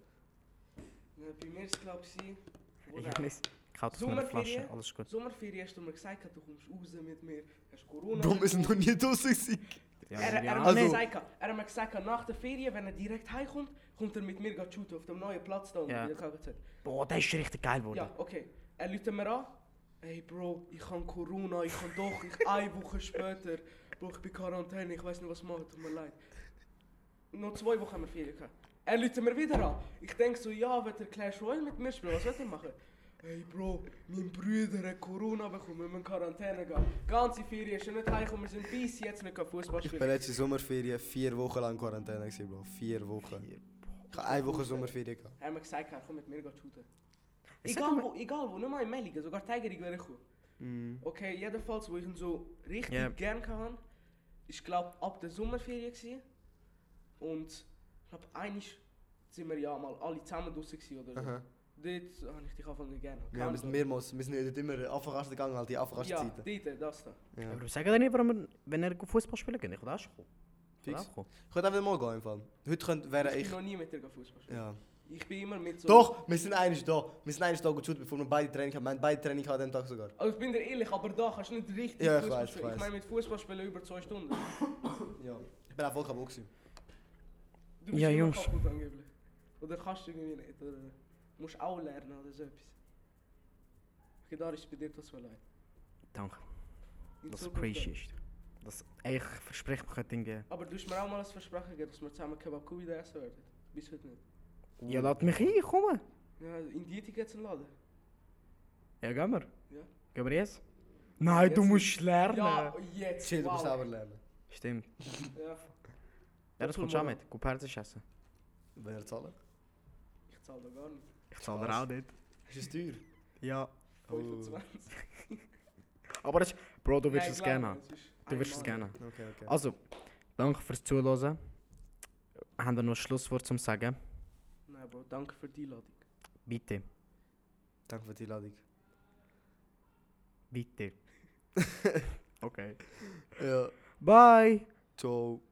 Ja, bei mir war es, glaube ich, wo der- Janis, ich hau das mit einer Sommerferien? Flasche, alles gut. Sommerferien hast du mir gesagt, du kommst raus mit mir, hast Corona. Bro, wir sind noch nie draußen gewesen. Ja, Er ja, hat also- mir gesagt, nach der Ferien, wenn er direkt heimkommt, kommt er mit mir shooten auf dem neuen Platz da unten Ja. in der KGZ. Boah, das ist richtig geil geworden. Ja, okay. Er ruft mir an. Hey Bro, ich habe Corona, eine Woche später, Bro, ich bin Quarantäne, ich weiß nicht was machen, tut mir leid. Noch 2 Wochen haben wir Ferien gehabt. Er ruft mir wieder an. Ich denke so, ja, wird er Clash Royale mit mir spielen, was wird er machen? Hey Bro, mein Bruder hat Corona bekommen, wir müssen in Quarantäne gehen. Ganze Ferien, ist er nicht heimgekommen, wir sind bis jetzt nicht Fußball Ich spielen. bin letzte Sommerferien 4 Wochen lang in Quarantäne gewesen, Bro. 4 Wochen. Ich habe eine Woche Sommerferien gehabt. Haben wir gesagt, komm mit mir shooten. Ich sag Egal wo, nicht mal in Melligen, sogar Tigerig wäre ich gekommen. Okay, jedenfalls, wo ich ihn so richtig Ja. gern hatte, ich glaube ab der Sommerferien gewesen. Und ich glaube, eigentlich sind wir ja mal alle zusammen draussen gewesen oder so. Aha. Dort habe ich dich anfangen gerne. Ja, wir sind mehrmals, wir sind nicht immer Anfangast gegangen, halt die Ja, Anfangastzeiten. dort, das da. Ja. Aber sagen dir nicht, warum wir, wenn er Fußball spielen geht, ich will auch schon kommen. Ich will Fix. auch kommen. Ich könnte einfach mal gehen im Fall. Heute könnte, wäre Ich ich... bin noch nie mit dir Fußball spielen. Ja. Ich bin immer mit so... Doch, wir sind eigentlich da. Wir sind eigentlich da geshootet, bevor wir beide Training haben. Wir haben beide Training an dem Tag sogar. Also ich bin dir ehrlich, aber da kannst du nicht richtig Ja, ich Fußball weiss, spielen. ich Ich meine mit Fußball spielen über 2 Stunden. Ja. Ich bin auch voll kaputt gewesen. Du bist Ja, immer Jungs. kaputt angeblich. Oder kannst du irgendwie nicht. Oder musst auch lernen oder so etwas. Okay, da ist bei dir das so leid. Danke, In das Zukunft appreciate. Das, ey, ich verspreche mir kein Ding geben. dann. Aber du hast mir auch mal ein Versprechen gegeben, dass wir zusammen Kebab Kuh wieder essen werden. Bis heute nicht. Ja, lass mich ein, komm. Ja, in Dietig jetzt einen Laden. Ja, gehen wir. Ja. Gehen wir jetzt? Nein, du Jetzt- musst lernen. Ja, jetzt. Chill, du wow. musst selber lernen. Stimmt. Ja, Ja, das kommt schon mit. Gut Persisch essen. Wenn er zahlen. ich zahle da gar nicht. Ich zahle dir auch nicht. Ist es teuer? Ja. 25. Aber das, Bro, du wirst Nein, es glaub gerne mir, haben. es ist Du wirst es einmal. gerne haben. Okay. Also, danke fürs Zuhören. Haben wir noch ein Schlusswort zum Sagen? Nein, Bro, danke für die Einladung. Bitte. Danke für die Einladung. Bitte. Okay. Ja. Bye. Ciao.